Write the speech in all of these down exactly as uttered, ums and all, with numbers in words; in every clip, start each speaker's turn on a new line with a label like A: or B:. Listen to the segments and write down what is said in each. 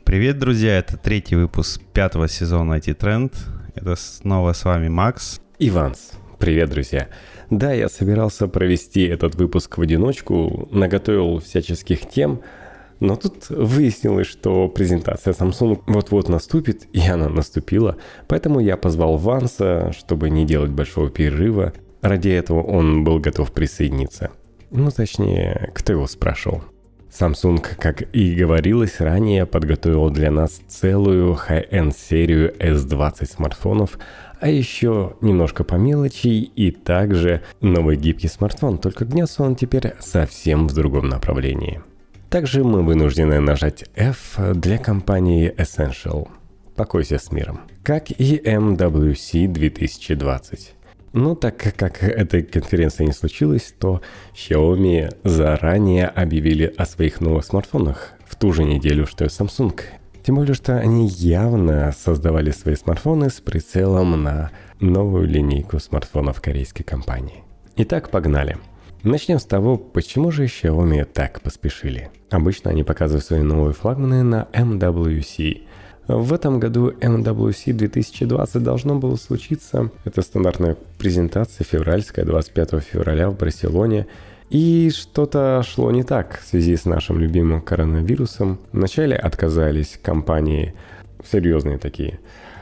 A: Привет, друзья! Это третий выпуск пятого сезона ай ти-Trend. Это снова с вами Макс.
B: И Ванс. Привет, друзья! Да, я собирался провести этот выпуск в одиночку, наготовил всяческих тем, но тут выяснилось, что презентация Samsung вот-вот наступит, и она наступила, поэтому я позвал Ванса, чтобы не делать большого перерыва. Ради этого он был готов присоединиться. Ну, точнее, кто его спрашивал? Samsung, как и говорилось ранее, подготовил для нас целую high-end серию эс двадцать смартфонов, а еще немножко по мелочи и также новый гибкий смартфон, только гнется он теперь совсем в другом направлении. Также мы вынуждены нажать F для компании Essential. Покойся с миром. Как и эм дабл ю си две тысячи двадцать. Но так как этой конференции не случилось, то Xiaomi заранее объявили о своих новых смартфонах в ту же неделю, что и Samsung. Тем более, что они явно создавали свои смартфоны с прицелом на новую линейку смартфонов корейской компании. Итак, погнали. Начнем с того, почему же Xiaomi так поспешили. Обычно они показывают свои новые флагманы на эм дабл ю си. В этом году эм дабл ю си две тысячи двадцать должно было случиться. Это стандартная презентация февральская, двадцать пятого февраля в Барселоне. И что-то шло не так в связи с нашим любимым коронавирусом. Вначале отказались компании серьезные такие.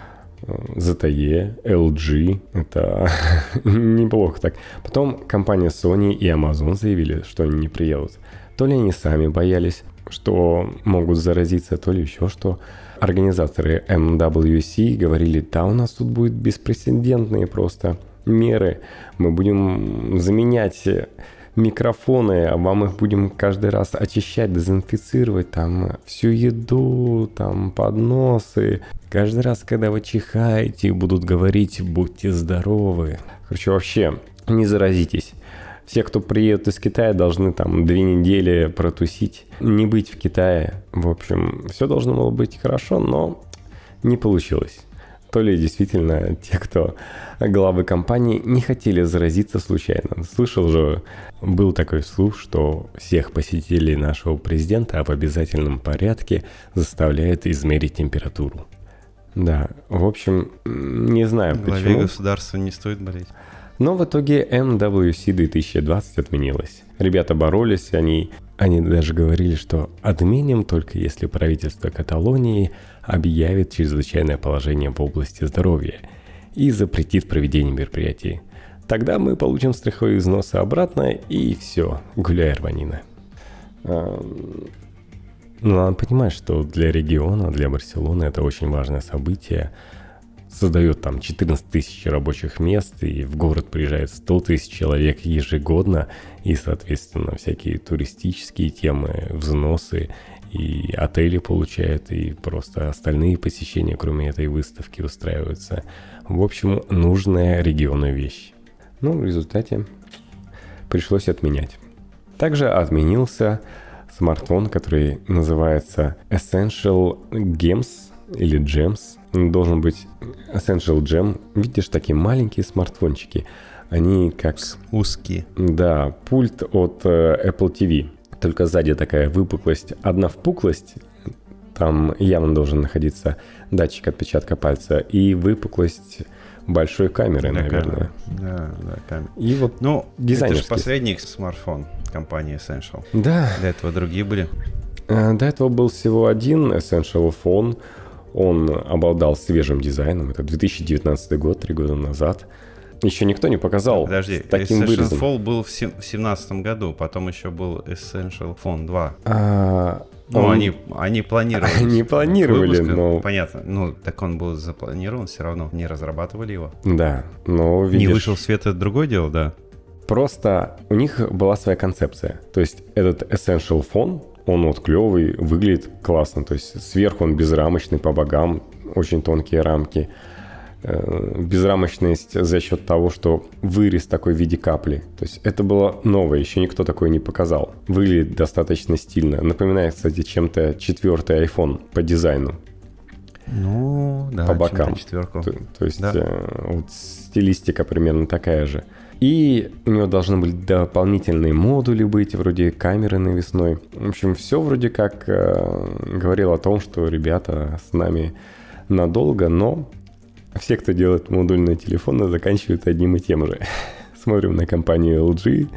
B: зет ти и, эл джи, это неплохо так. Потом компания Sony и Amazon заявили, что они не приедут. То ли они сами боялись, что могут заразиться, то ли еще что. Организаторы эм дабл ю си говорили: да, у нас тут будут беспрецедентные просто меры. Мы будем заменять микрофоны, а вам их будем каждый раз очищать, дезинфицировать, там всю еду, там подносы. Каждый раз, когда вы чихаете, будут говорить: будьте здоровы. Короче, вообще, не заразитесь. Все, кто приедет из Китая, должны там две недели протусить, не быть в Китае. В общем, все должно было быть хорошо, но не получилось. То ли действительно те, кто главы компании, не хотели заразиться случайно. Слышал же, был такой слух, что всех посетителей нашего президента в обязательном порядке заставляют измерить температуру. Да, в общем, не знаю
A: почему.
B: Главе
A: государства не стоит болеть.
B: Но в итоге эм дабл ю си две тысячи двадцать отменилась. Ребята боролись, они, они даже говорили, что отменим только если правительство Каталонии объявит чрезвычайное положение в области здоровья и запретит проведение мероприятий. Тогда мы получим страховые взносы обратно и все, гуляй, рванина. Ну, надо понимать, что для региона, для Барселоны это очень важное событие. Создает там четырнадцать тысяч рабочих мест, и в город приезжает сто тысяч человек ежегодно, и, соответственно, всякие туристические темы, взносы, и отели получают, и просто остальные посещения, кроме этой выставки, устраиваются. В общем, нужная региону вещь. Но в результате пришлось отменять. Также отменился смартфон, который называется Essential Gems или Gems. Должен быть Essential Gem. Видишь, такие маленькие смартфончики. Они как...
A: узкие.
B: Да, пульт от э, Apple ти ви. Только сзади такая выпуклость. Одна впуклость. Там явно должен находиться датчик отпечатка пальца. И выпуклость большой камеры, да, наверное.
A: Да, да, камера.
B: И вот
A: ну,
B: дизайнерский.
A: Это же последний смартфон компании Essential.
B: Да.
A: До этого другие были.
B: До этого был всего один Essential Phone. Он обладал свежим дизайном. Это две тысячи девятнадцатый год, три года назад. Еще никто не показал.
A: Подожди,
B: таким
A: Essential
B: вырезом.
A: Phone был в семнадцатом году, потом еще был Essential Phone два.
B: А,
A: ну,
B: он...
A: они, они планировали.
B: Они планировали,
A: выпуск,
B: но...
A: Понятно. Ну, так он был запланирован, все равно не разрабатывали его.
B: Да, но видишь...
A: Не вышел в свет, это другое дело, да.
B: Просто у них была своя концепция. То есть этот Essential Phone, он вот клевый, выглядит классно. То есть сверху он безрамочный по бокам, очень тонкие рамки. Безрамочность за счет того, что вырез такой в виде капли. То есть это было новое, еще никто такое не показал. Выглядит достаточно стильно. Напоминает, кстати, чем-то четвертый iPhone по дизайну.
A: Ну, да,
B: по бокам.
A: четверку.
B: То, то есть
A: да.
B: э, вот стилистика примерно такая же. И у него должны быть дополнительные модули быть, вроде камеры навесной. В общем, все вроде как э, говорило о том, что ребята с нами надолго, но все, кто делает модульные телефоны, заканчивают одним и тем же. Смотрим на компанию эл джи,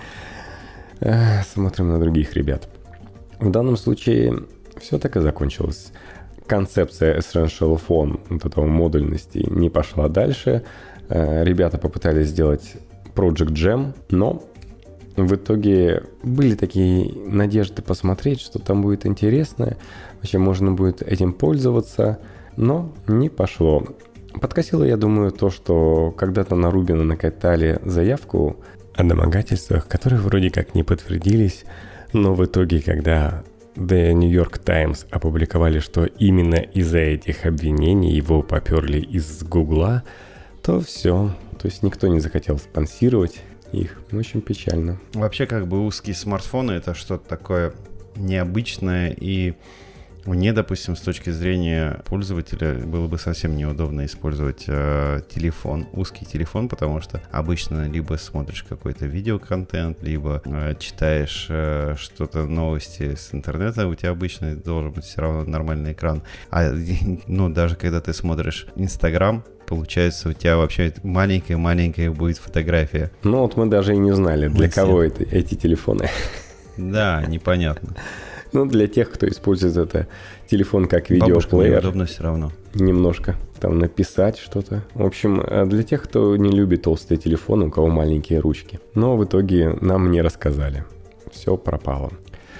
B: э, смотрим на других ребят. В данном случае все так и закончилось. Концепция Essential Phone, вот этого модульности, не пошла дальше. Э, ребята попытались сделать Project Jam, но в итоге были такие надежды посмотреть, что там будет интересно, вообще можно будет этим пользоваться, но не пошло. Подкосило, я думаю, то, что когда-то на Рубина накатали заявку о домогательствах, которые вроде как не подтвердились, но в итоге, когда The New York Times опубликовали, что именно из-за этих обвинений его поперли из Гугла, то все. То есть никто не захотел спонсировать их. Очень печально.
A: Вообще, как бы узкие смартфоны — это что-то такое необычное, и мне, допустим, с точки зрения пользователя было бы совсем неудобно использовать э, телефон, узкий телефон, потому что обычно либо смотришь какой-то видеоконтент, либо э, читаешь э, что-то, новости с интернета, у тебя обычно должен быть все равно нормальный экран. А ну, даже когда ты смотришь Инстаграм, получается, у тебя вообще маленькая-маленькая будет фотография.
B: Ну вот мы даже и не знали, для
A: Мысли.
B: кого это, эти телефоны.
A: Да, непонятно.
B: Ну, для тех, кто использует это телефон как видеоплеер.
A: Бабушкам неудобно все равно.
B: Немножко там написать что-то. В общем, для тех, кто не любит толстые телефоны, у кого маленькие ручки. Но в итоге нам не рассказали. Все пропало.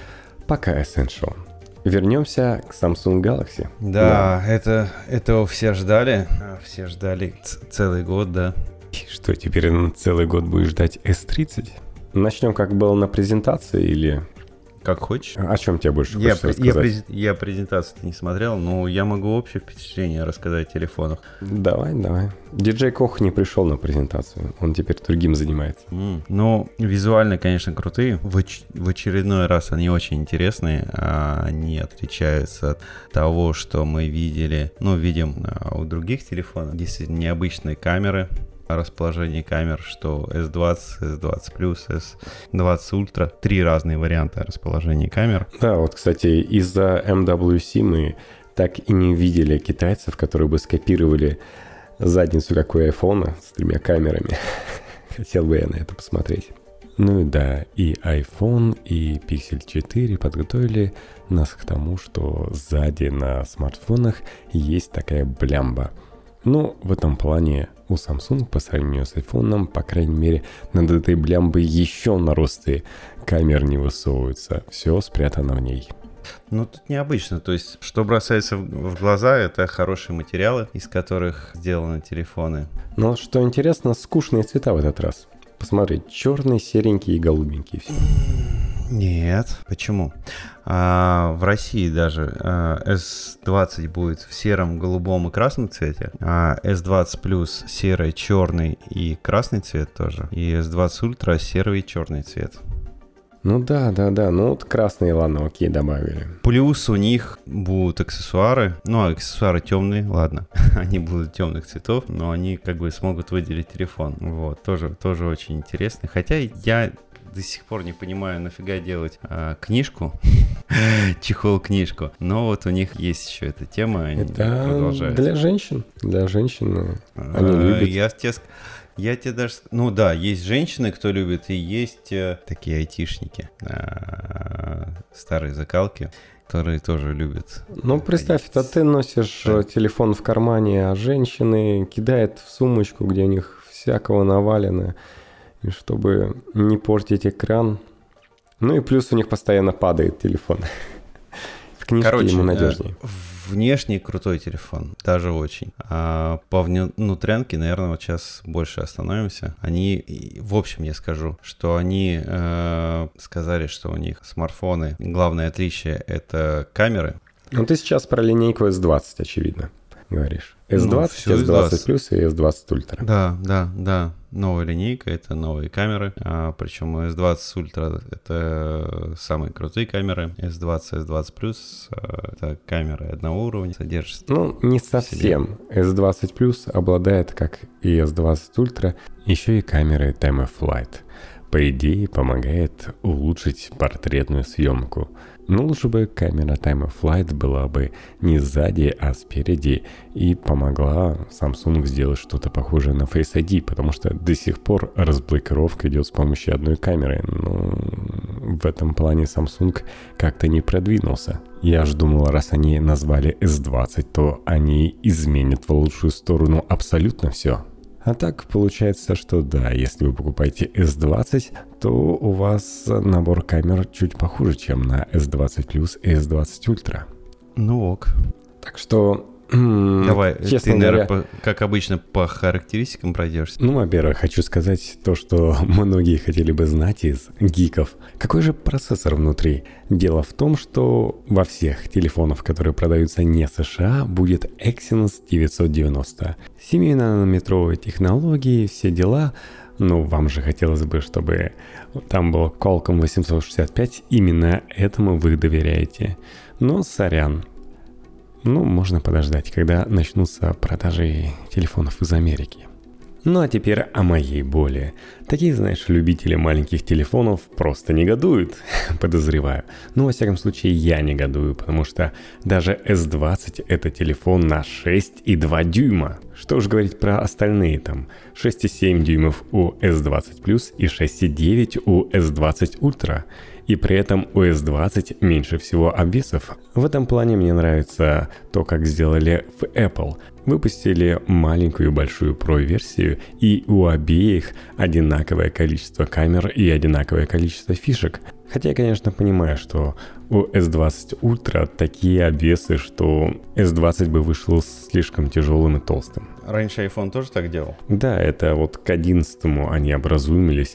B: Пока Essential. Вернемся к Samsung Galaxy.
A: Да, да. Это, этого все ждали. Все ждали ц- целый год, да.
B: Что, теперь целый год будешь ждать эс тридцать? Начнем, как было на презентации, или...
A: Как хочешь.
B: О чем тебе больше
A: я,
B: хочется
A: я,
B: рассказать?
A: Я, я презентацию не смотрел, но я могу общее впечатление рассказать о телефонах.
B: Давай, давай. Диджей Кох не пришел на презентацию, он теперь другим занимается.
A: Mm. Ну, визуально, конечно, крутые. В, оч- в очередной раз они очень интересные. Они отличаются от того, что мы видели, ну, видим у других телефонов. Действительно, необычные камеры. Расположение камер, что эс двадцать, эс двадцать плюс, эс двадцать ультра. Три разные варианта расположения камер.
B: Да, вот, кстати, из-за эм дабл ю си мы так и не видели китайцев, которые бы скопировали задницу, как у айфона, с тремя камерами. Хотел бы я на это посмотреть. Ну и да, и iPhone, и Pixel четыре подготовили нас к тому, что сзади на смартфонах есть такая блямба. Ну, в этом плане у Samsung по сравнению с iPhone, по крайней мере, над этой блямбой еще наросты камер не высовываются. Все спрятано в ней.
A: Ну, тут необычно. То есть, что бросается в глаза, это хорошие материалы, из которых сделаны телефоны.
B: Но, что интересно, скучные цвета в этот раз. Посмотри, черный, серенький и голубенький. Все.
A: Нет. Почему? А, в России даже а, эс двадцать будет в сером, голубом и красном цвете, а эс двадцать плюс серый, черный и красный цвет тоже, и эс двадцать ультра серый и черный цвет.
B: Ну да, да, да, ну вот красные, ладно, окей, добавили.
A: Плюс у них будут аксессуары, ну аксессуары темные, ладно, они будут темных цветов, но они как бы смогут выделить телефон, вот, тоже, тоже очень интересно, хотя я до сих пор не понимаю, нафига делать а, книжку, чехол-книжку, но вот у них есть еще эта тема, они
B: это
A: продолжают.
B: Для женщин, для женщин они
A: а,
B: любят.
A: Я тебе, я тебе даже... Ну да, есть женщины, кто любит, и есть э, такие айтишники, э, старые закалки, которые тоже любят.
B: Ну, представь, это ты носишь да. телефон в кармане, а женщины кидают в сумочку, где у них всякого навалено. И чтобы не портить экран. Ну и плюс у них постоянно падает телефон. В книжке
A: Короче,
B: ему надежнее.
A: Внешне крутой телефон, даже очень. А по внутрянке, наверное, вот сейчас больше остановимся. Они, в общем, я скажу, что они э, сказали, что у них смартфоны, главное отличие — это камеры.
B: Ну ты сейчас про линейку эс двадцать, очевидно, говоришь. эс двадцать, ну, эс двадцать плюс и эс двадцать ультра.
A: Да, да, да. новая линейка, это новые камеры, а, причем эс двадцать Ultra это самые крутые камеры, эс двадцать, эс двадцать плюс это камеры одного уровня, содержит.
B: Ну, не совсем. эс двадцать плюс обладает, как и эс двадцать Ultra, еще и камерой Time of Flight. По идее, помогает улучшить портретную съемку. Но лучше бы камера Time of Flight была бы не сзади, а спереди и помогла Samsung сделать что-то похожее на Face ай ди, потому что до сих пор разблокировка идет с помощью одной камеры. Но в этом плане Samsung как-то не продвинулся. Я ж думал, раз они назвали эс двадцать, то они изменят в лучшую сторону абсолютно все. А так получается, что да, если вы покупаете эс двадцать, то у вас набор камер чуть похуже, чем на эс двадцать плюс и эс двадцать Ultra.
A: Ну ок.
B: Так что...
A: Давай,
B: честно
A: ты, наверное,
B: говоря,
A: по, как обычно, по характеристикам пройдешься.
B: Ну, во-первых, хочу сказать то, что многие хотели бы знать из гиков. Какой же процессор внутри? Дело в том, что во всех телефонах, которые продаются не США, будет Exynos девятьсот девяносто. семинанометровые технологии, все дела. Ну, вам же хотелось бы, чтобы там был Qualcomm восемьсот шестьдесят пять. Именно этому вы доверяете. Но сорян. Ну, можно подождать, когда начнутся продажи телефонов из Америки. Ну а теперь о моей боли. Такие, знаешь, любители маленьких телефонов просто негодуют, подозреваю. Ну, во всяком случае, я негодую, потому что даже эс двадцать это телефон на шесть и два дюйма. Что уж говорить про остальные там. шесть и семь дюймов у эс двадцать плюс и шесть и девять у эс двадцать Ultra. И при этом у эс двадцать меньше всего обвесов. В этом плане мне нравится то, как сделали в Apple. Выпустили маленькую и большую Pro-версию, и у обеих одинаковое количество камер и одинаковое количество фишек. Хотя я, конечно, понимаю, что у эс двадцать Ultra такие обвесы, что эс двадцать бы вышел слишком тяжелым и толстым.
A: Раньше iPhone тоже так делал?
B: Да, это вот к одиннадцатому они образумились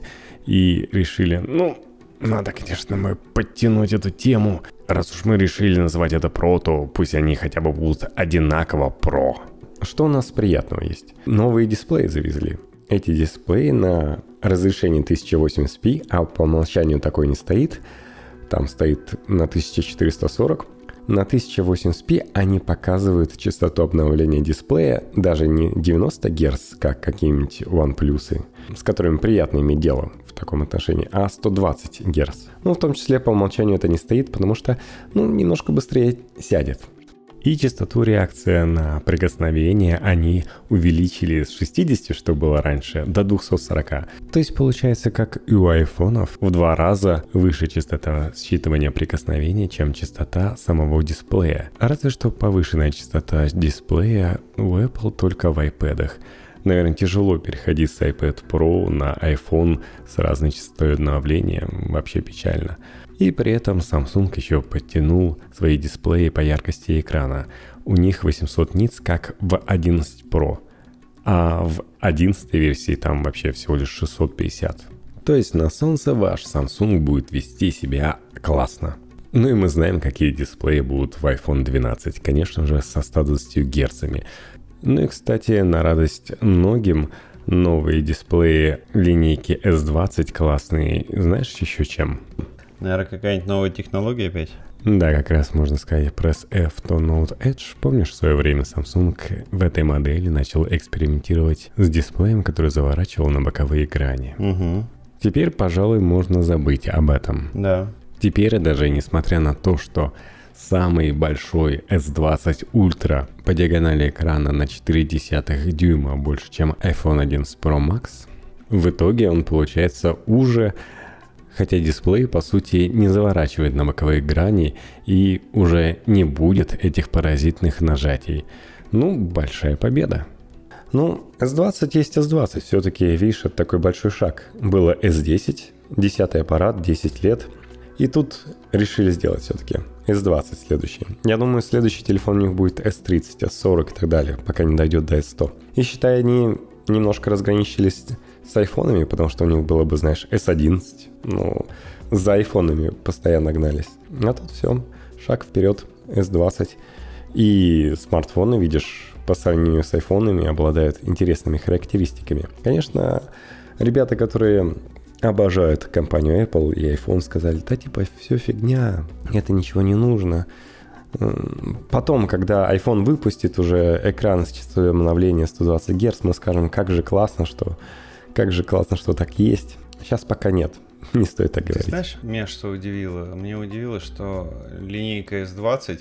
B: и решили, ну... Надо, конечно, мы подтянуть эту тему. Раз уж мы решили называть это Pro, то пусть они хотя бы будут одинаково Pro. Что у нас приятного есть? Новые дисплеи завезли. Эти дисплеи на разрешении тысяча восемьдесят пи, а по умолчанию такой не стоит. Там стоит на тысяча четыреста сорок. На тысяча восемьдесят пи они показывают частоту обновления дисплея даже не девяносто герц, как какие-нибудь OnePlus, с которыми приятно иметь дело в таком отношении, а сто двадцать герц. Ну, в том числе по умолчанию это не стоит, потому что, ну, немножко быстрее сядет. И частоту реакции на прикосновение они увеличили с шестидесяти, что было раньше, до двухсот сорока. То есть получается, как и у айфонов, в два раза выше частота считывания прикосновения, чем частота самого дисплея. Разве что повышенная частота дисплея у Apple только в iPad'ах. Наверное, тяжело переходить с iPad Pro на iPhone с разной частотой обновления, вообще печально. И при этом Samsung еще подтянул свои дисплеи по яркости экрана. У них восемьсот нитс, как в одиннадцать Pro, а в одиннадцатой версии там вообще всего лишь шестьсот пятьдесят. То есть на солнце ваш Samsung будет вести себя классно. Ну и мы знаем, какие дисплеи будут в iPhone двенадцать, конечно же, со ста двадцатью герцами. Ну и, кстати, на радость многим, новые дисплеи линейки эс двадцать классные. Знаешь еще чем?
A: Наверное, какая-нибудь новая технология опять?
B: Да, как раз можно сказать Press F to Note Edge. Помнишь, в свое время Samsung в этой модели начал экспериментировать с дисплеем, который заворачивал на боковые грани.
A: Угу.
B: Теперь, пожалуй, можно забыть об этом.
A: Да.
B: Теперь, даже несмотря на то, что самый большой эс двадцать Ultra по диагонали экрана на четыре десятых дюйма больше, чем iPhone одиннадцать Pro Max, в итоге он получается уже, хотя дисплей, по сути, не заворачивает на боковые грани и уже не будет этих паразитных нажатий. Ну, большая победа. Ну, эс двадцать есть эс двадцать. Все-таки, видишь, это такой большой шаг. Было эс десять, десятый аппарат, десять лет. И тут решили сделать все-таки эс двадцать следующий. Я думаю, следующий телефон у них будет эс тридцать, эс сорок и так далее, пока не дойдет до эс сто. И считай, они немножко разграничились с айфонами, потому что у них было бы, знаешь, эс одиннадцать. Ну, за айфонами постоянно гнались. А тут все, шаг вперед, эс двадцать. И смартфоны, видишь, по сравнению с айфонами обладают интересными характеристиками. Конечно, ребята, которые обожают компанию Apple и iPhone, сказали, да типа все фигня, это ничего не нужно. Потом, когда iPhone выпустит уже экран с частотой обновления сто двадцать герц, мы скажем, как же классно, что, как же классно, что так есть. Сейчас пока нет. Не стоит так говорить.
A: Ты знаешь, меня что удивило? Мне удивило, что линейка эс двадцать,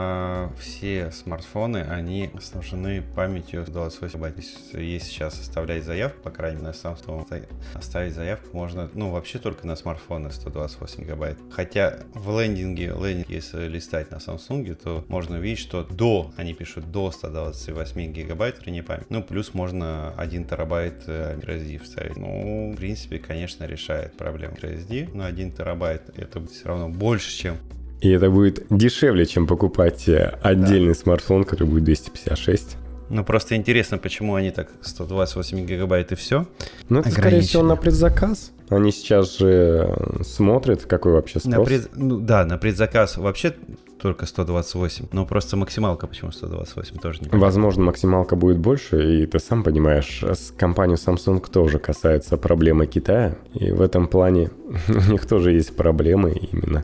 A: а все смартфоны, они снабжены памятью двадцать восемь гигабайт. Если сейчас оставлять заявку, по крайней мере, на Samsung, оставить заявку можно, ну, вообще только на смартфоны сто двадцать восемь гигабайт. Хотя в лендинге, лендинг, если листать на Samsung, то можно увидеть, что до, они пишут до ста двадцати восьми гигабайт хранения памяти. Ну, плюс можно один терабайт microSD вставить. Ну, в принципе, конечно, решает проблему. microSD, но один терабайт это будет все равно больше, чем...
B: И это будет дешевле, чем покупать отдельный да. смартфон, который будет двести пятьдесят шесть.
A: Ну, просто интересно, почему они так сто двадцать восемь гигабайт и все.
B: Ну, это, скорее всего, на предзаказ. Они сейчас же смотрят, какой вообще спрос.
A: На пред... ну, да, на предзаказ вообще только сто двадцать восемь, но просто максималка почему сто двадцать восемь тоже не понятно.
B: Возможно, максималка будет больше, и ты сам понимаешь, с компанией Samsung тоже касается проблемы Китая, и в этом плане у них тоже есть проблемы именно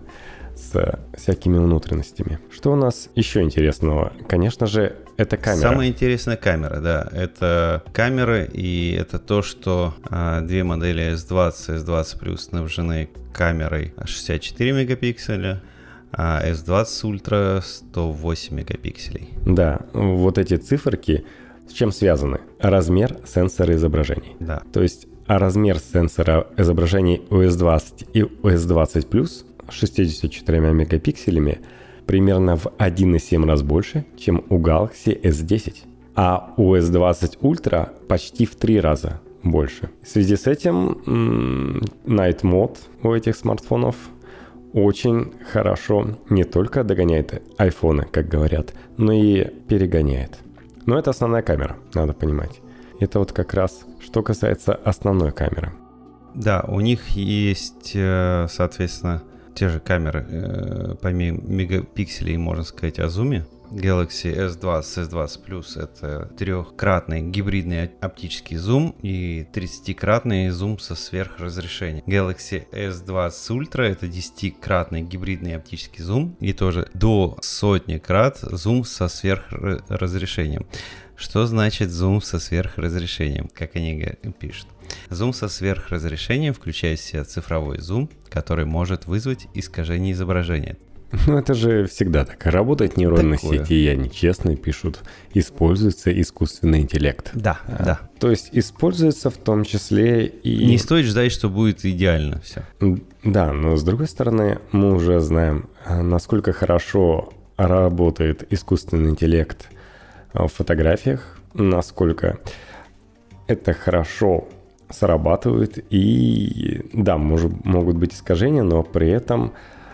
B: с всякими внутренностями. Что у нас еще интересного? Конечно же, это камера.
A: Самая интересная камера, да. Это камеры, и это то, что а, две модели эс двадцать, эс двадцать плюс снабжены камерой шестьдесят четыре мегапикселя, а эс двадцать Ultra сто восемь мегапикселей.
B: Да, вот эти циферки с чем связаны? Размер сенсора изображений.
A: Да.
B: То есть а размер сенсора изображений у эс двадцать и у эс двадцать плюс с шестьюдесятью четырьмя мегапикселями примерно в один и семь раз больше, чем у Galaxy эс десять. А у эс двадцать Ultra почти в три раза больше. В связи с этим м- Night Mode у этих смартфонов очень хорошо не только догоняет айфоны, как говорят, но и перегоняет. Но это основная камера, надо понимать. Это вот как раз что касается основной камеры.
A: Да, у них есть, соответственно, те же камеры, помимо мегапикселей, можно сказать, о зуме. Galaxy эс двадцать, эс двадцать плюс это трехкратный гибридный оптический зум и тридцатикратный зум со сверхразрешением. Galaxy эс двадцать Ultra это десятикратный гибридный оптический зум и тоже до сотни крат зум со сверхразрешением. Что значит зум со сверхразрешением, как они пишут? Зум со сверхразрешением включает в себя цифровой зум, который может вызвать искажение изображения.
B: Ну, это же всегда так. Работает нейронная сеть, и они честно пишут, используется искусственный интеллект.
A: Да, а, да.
B: То есть используется в том числе и...
A: Не стоит ждать, что будет идеально все.
B: Да, но с другой стороны, мы уже знаем, насколько хорошо работает искусственный интеллект в фотографиях, насколько это хорошо срабатывает. И да, может, могут быть искажения, но при этом...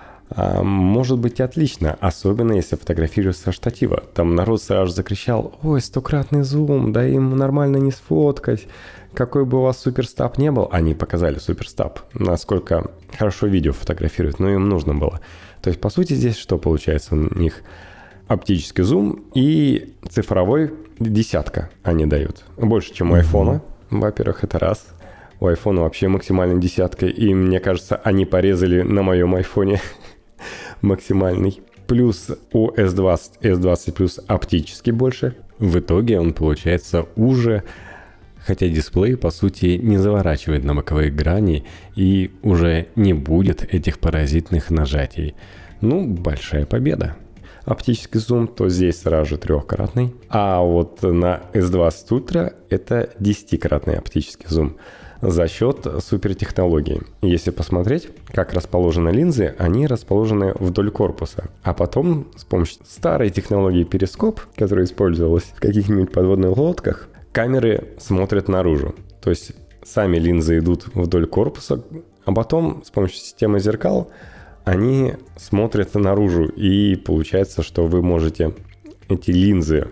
B: может быть отлично, особенно если фотографируют со штатива. Там народ сразу закричал: ой, стократный зум, да им нормально не сфоткать. Какой бы у вас суперстап не был, они показали суперстап, насколько хорошо видео фотографируют, но им нужно было. То есть, по сути, здесь что получается? У них оптический зум и цифровой десятка они дают. Больше, чем у айфона. Во-первых, это раз. У айфона вообще максимальная десятка, и мне кажется, они порезали на моем айфоне максимальный. Плюс у эс двадцать, эс двадцать плюс оптически больше. В итоге он получается уже, хотя дисплей по сути не заворачивает на боковые грани и уже не будет этих паразитных нажатий. Ну, большая победа. Оптический зум, то здесь сразу же трехкратный. А вот на эс двадцать Ultra это десятикратный оптический зум за счет супертехнологии. Если посмотреть, как расположены линзы, они расположены вдоль корпуса. А потом с помощью старой технологии перископ, которая использовалась в каких-нибудь подводных лодках, камеры смотрят наружу. То есть сами линзы идут вдоль корпуса, а потом с помощью системы зеркал они смотрят наружу. И получается, что вы можете эти линзы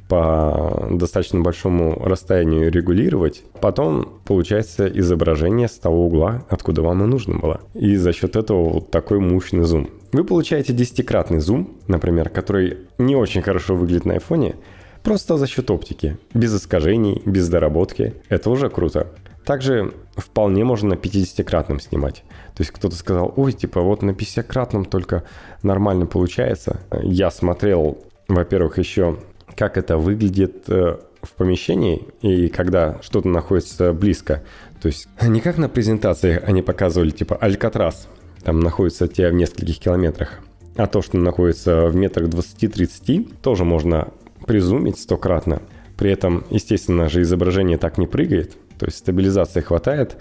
B: по достаточно большому расстоянию регулировать, потом получается изображение с того угла, откуда вам и нужно было. И за счет этого вот такой мощный зум. Вы получаете десятикратный зум, например, который не очень хорошо выглядит на айфоне, Просто за счет оптики. Без искажений, без доработки. Это уже круто. Также вполне можно на пятидесятикратном снимать. То есть кто-то сказал, ой, типа вот на пятидесятикратном только нормально получается. Я смотрел, во-первых, еще как это выглядит в помещении и когда что-то находится близко. То есть не как на презентации они показывали, типа Алькатрас, там находится те в нескольких километрах. А то, что находится в метрах двадцати-тридцати, тоже можно призумить стократно. При этом, естественно же, изображение так не прыгает, то есть стабилизации хватает,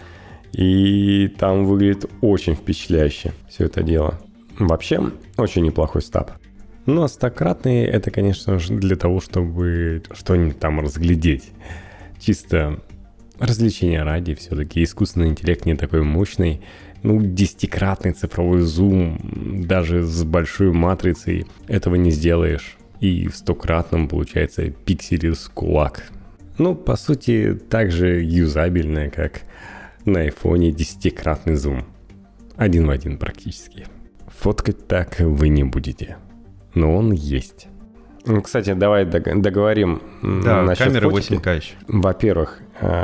B: и там выглядит очень впечатляюще все это дело. Вообще, очень неплохой стаб. Ну, а стократные — это, конечно же, для того, чтобы что-нибудь там разглядеть. Чисто развлечения ради, все-таки искусственный интеллект не такой мощный. Ну, десятикратный цифровой зум, даже с большой матрицей, этого не сделаешь. И в стократном получается пиксели с кулак. Ну, по сути, так же юзабельное, как на айфоне десятикратный зум. Один в один практически. Фоткать так вы не будете. Но он есть. Кстати, давай договорим
A: да,
B: насчет
A: камеры
B: фотики.
A: восемь ка еще.
B: Во-первых,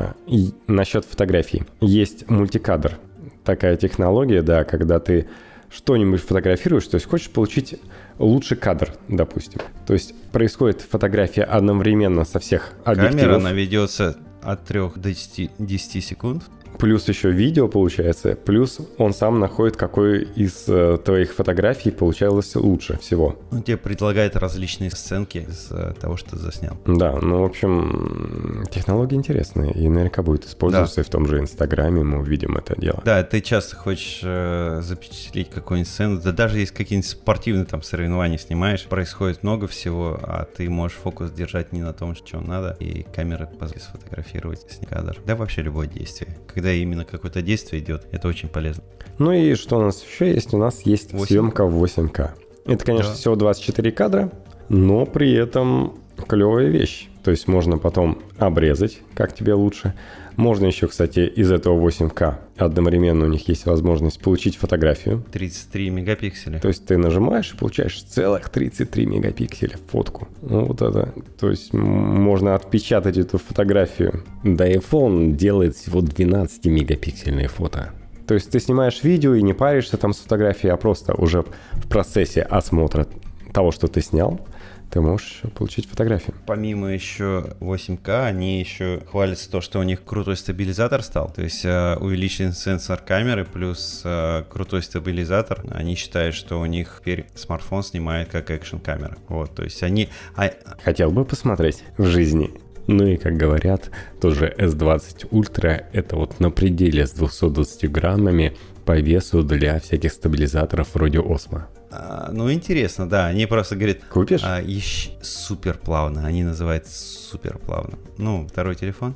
B: насчет фотографий. Есть мультикадр. Такая технология, да, когда ты что-нибудь фотографируешь, то есть хочешь получить лучший кадр, допустим. То есть происходит фотография одновременно со всех объективов.
A: Камера, она ведется от трёх до десяти секунд.
B: Плюс еще видео получается, плюс он сам находит, какой из э, твоих фотографий получалось лучше всего.
A: Он тебе предлагает различные сценки из э, того, что ты заснял.
B: Да, ну, в общем, технология интересная и наверняка будет использоваться да. и в том же Инстаграме, мы увидим это дело.
A: Да, ты часто хочешь э, запечатлеть какую-нибудь сцену, да даже если какие-нибудь спортивные там соревнования снимаешь, происходит много всего, а ты можешь фокус держать не на том, что надо, и камера позволит сфотографировать с кадр. Да вообще любое действие. Когда именно какое-то действие идет, это очень полезно.
B: Ну и что у нас еще есть? У нас есть восемь съемка в восемь ка. Это, конечно, да. всего двадцать четыре кадра, но при этом клевая вещь. То есть можно потом обрезать, как тебе лучше. Можно еще, кстати, из этого восемь ка одновременно у них есть возможность получить фотографию.
A: тридцать три мегапикселя.
B: То есть ты нажимаешь и получаешь целых тридцать три мегапикселя фотку. Ну вот это. То есть можно отпечатать эту фотографию. Да, iPhone делает всего двенадцатимегапиксельные фото. То есть ты снимаешь видео и не паришься там с фотографией, а просто уже в процессе осмотра того, что ты снял, ты можешь получить фотографию.
A: Помимо еще восемь ка, они еще хвалятся то, что у них крутой стабилизатор стал. То есть э, увеличен сенсор камеры плюс э, крутой стабилизатор. Они считают, что у них теперь смартфон снимает как экшн-камера. Вот, то есть они... А...
B: Хотел бы посмотреть в жизни. Ну и, как говорят, тоже эс двадцать Ultra — это вот на пределе с двумястами двадцатью граммами по весу для всяких стабилизаторов вроде Osmo.
A: А, ну, интересно, да. Они просто говорят...
B: Купишь?
A: А, ищ... Супер плавно. Они называют супер плавно. Ну, второй телефон.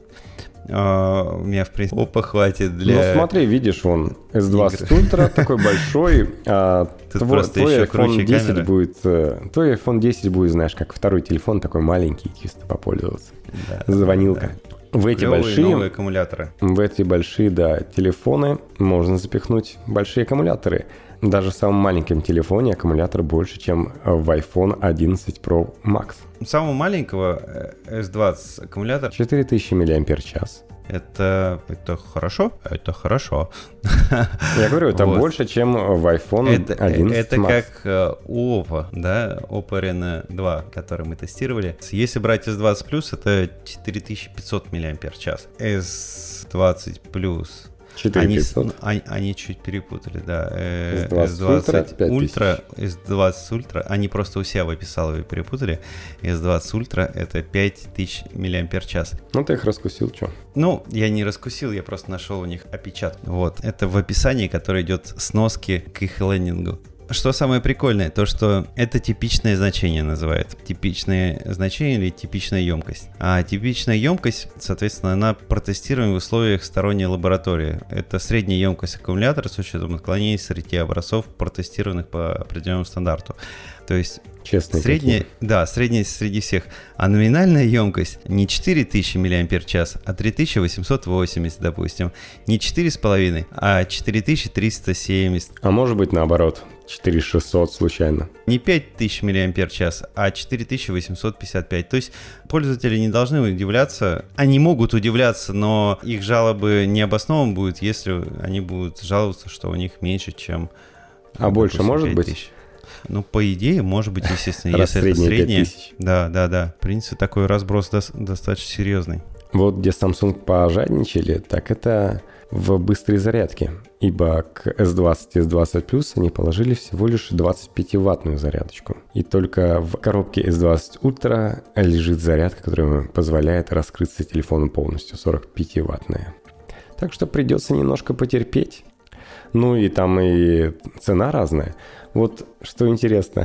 A: А, у меня, в принципе, опа хватит для...
B: Ну, смотри, видишь, вон, эс двадцать Ultra такой большой, а твой, твой айфон десять камера. будет... Твой айфон десять будет, знаешь, как второй телефон, такой маленький, чисто попользоваться. Да, Звонилка. Да. В эти
A: Клевые
B: большие...
A: новые аккумуляторы.
B: В эти большие, да, телефоны можно запихнуть большие аккумуляторы. Даже в самом маленьком телефоне аккумулятор больше, чем в iPhone одиннадцать Pro Max.
A: У самого маленького эс двадцать аккумулятор
B: четыре тысячи мАч.
A: Это, это хорошо? Это хорошо.
B: Я говорю, это вот. больше, чем в iPhone
A: это,
B: одиннадцать
A: Это
B: Max.
A: как Oppo, да, Oppo Reno два, который мы тестировали. Если брать эс двадцать плюс, это четыре тысячи пятьсот мАч. эс двадцать плюс... Они, они, они чуть перепутали, да. эс двадцать Ultra, эс двадцать Ultra, они просто у себя в описалове перепутали. эс двадцать Ultra это пять тысяч мАч.
B: Ну, ты их раскусил, что?
A: Ну, я не раскусил, я просто нашел у них опечатку. Вот, это в описании, которое идет сноски к их лендингу. Что самое прикольное, то что это типичное значение называют. Типичное значение или типичная емкость. А типичная емкость, соответственно, она протестируема в условиях сторонней лаборатории. Это средняя емкость аккумулятора с учетом отклонений среди образцов, протестированных по определенному стандарту. То есть
B: Честные
A: средняя,
B: такие.
A: да, средняя среди всех. А номинальная емкость не четыре тысячи мАч, а три тысячи восемьсот восемьдесят, допустим. Не четыре с половиной, а четыре тысячи триста семьдесят.
B: А может быть наоборот, четыре тысячи шестьсот случайно.
A: Не пять тысяч мАч, а четыре тысячи восемьсот пятьдесят пять. То есть пользователи не должны удивляться. Они могут удивляться, но их жалобы необоснованны будут, если они будут жаловаться, что у них меньше, чем...
B: А допустим, больше может быть?
A: Тысяч. Ну, по идее, может быть, естественно,
B: Раз
A: если это среднее.
B: пять тысяч.
A: Да, да, да. В принципе, такой разброс до- достаточно серьезный.
B: Вот где Samsung пожадничали, так это в быстрой зарядке. Ибо к эс двадцать и эс двадцать плюс они положили всего лишь двадцатипятиваттную зарядочку. И только в коробке эс двадцать Ultra лежит зарядка, которая позволяет раскрыться телефону полностью, сорокапятиваттная. Так что придется немножко потерпеть. Ну и там и цена разная. Вот что интересно,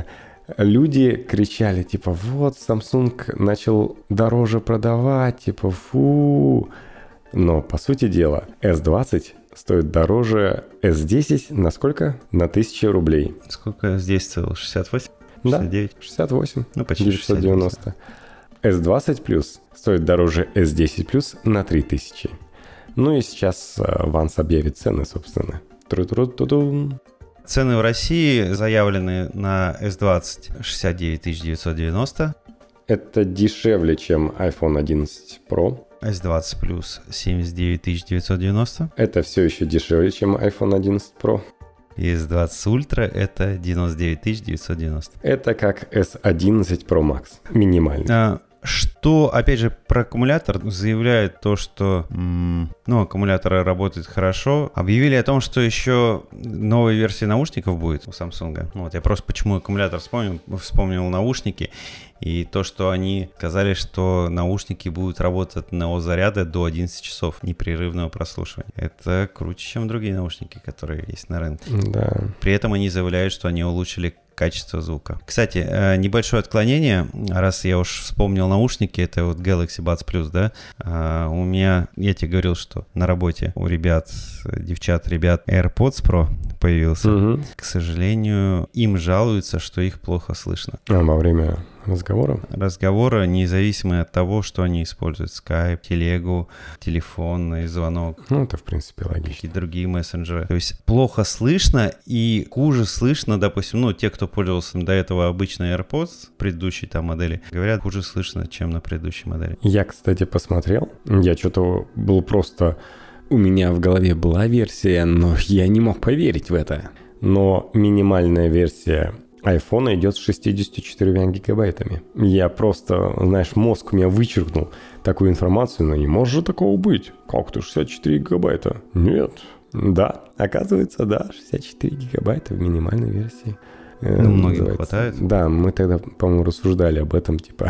B: люди кричали, типа, вот Samsung начал дороже продавать, типа, фу. Но, по сути дела, эс двадцать стоит дороже эс десять на сколько? На тысячу рублей.
A: Сколько здесь стоило? шестьдесят восемь?
B: шестьдесят девять? Да, шестьдесят восемь.
A: Ну, почти
B: девятьсот девяносто. эс двадцать плюс стоит дороже эс десять плюс на три тысячи. Ну и сейчас Ванс объявит цены, собственно. Тру-тру-ту-дум.
A: Цены в России заявлены на эс двадцать шестьдесят девять тысяч девятьсот девяносто.
B: Это дешевле, чем iPhone одиннадцать Pro.
A: эс двадцать плюс семьдесят девять тысяч девятьсот девяносто.
B: Это все еще дешевле, чем iPhone одиннадцать Pro.
A: И эс двадцать Ultra это девяносто девять тысяч девятьсот девяносто.
B: Это как эс одиннадцать Pro Max. Минимально.
A: А, что, опять же, про аккумулятор заявляет то, что м- ну, аккумуляторы работают хорошо. Объявили о том, что еще новая версия наушников будет у Samsung. Ну, вот я просто почему аккумулятор вспомнил, вспомнил наушники. И то, что они сказали, что наушники будут работать на заряда до одиннадцати часов непрерывного прослушивания. Это круче, чем другие наушники, которые есть на рынке.
B: Да.
A: При этом они заявляют, что они улучшили качество звука. Кстати, небольшое отклонение, раз я уж вспомнил наушники, это вот Galaxy Buds Plus, да, у меня, я тебе говорил, что на работе у ребят, девчат, ребят AirPods Pro появился.
B: Угу.
A: К сожалению, им жалуются, что их плохо слышно.
B: А во время разговора?
A: Разговора, независимо от того, что они используют. Skype, телегу, телефонный звонок.
B: Ну, это, в принципе, логично.
A: Какие-то другие мессенджеры. То есть плохо слышно и хуже слышно, допустим, ну, те, кто пользовался до этого обычной AirPods, предыдущей там модели, говорят, хуже слышно, чем на предыдущей модели.
B: Я, кстати, посмотрел. Я что-то был просто... У меня в голове была версия, но я не мог поверить в это. Но минимальная версия iPhone идет с шестьдесят четыре гигабайтами. Я просто, знаешь, мозг у меня вычеркнул такую информацию, но не может же такого быть. Как-то шестьдесят четыре гигабайта? Нет. Да, оказывается, да, шестьдесят четыре гигабайта в минимальной версии.
A: Ну, многим хватает.
B: Да, мы тогда, по-моему, рассуждали об этом, типа...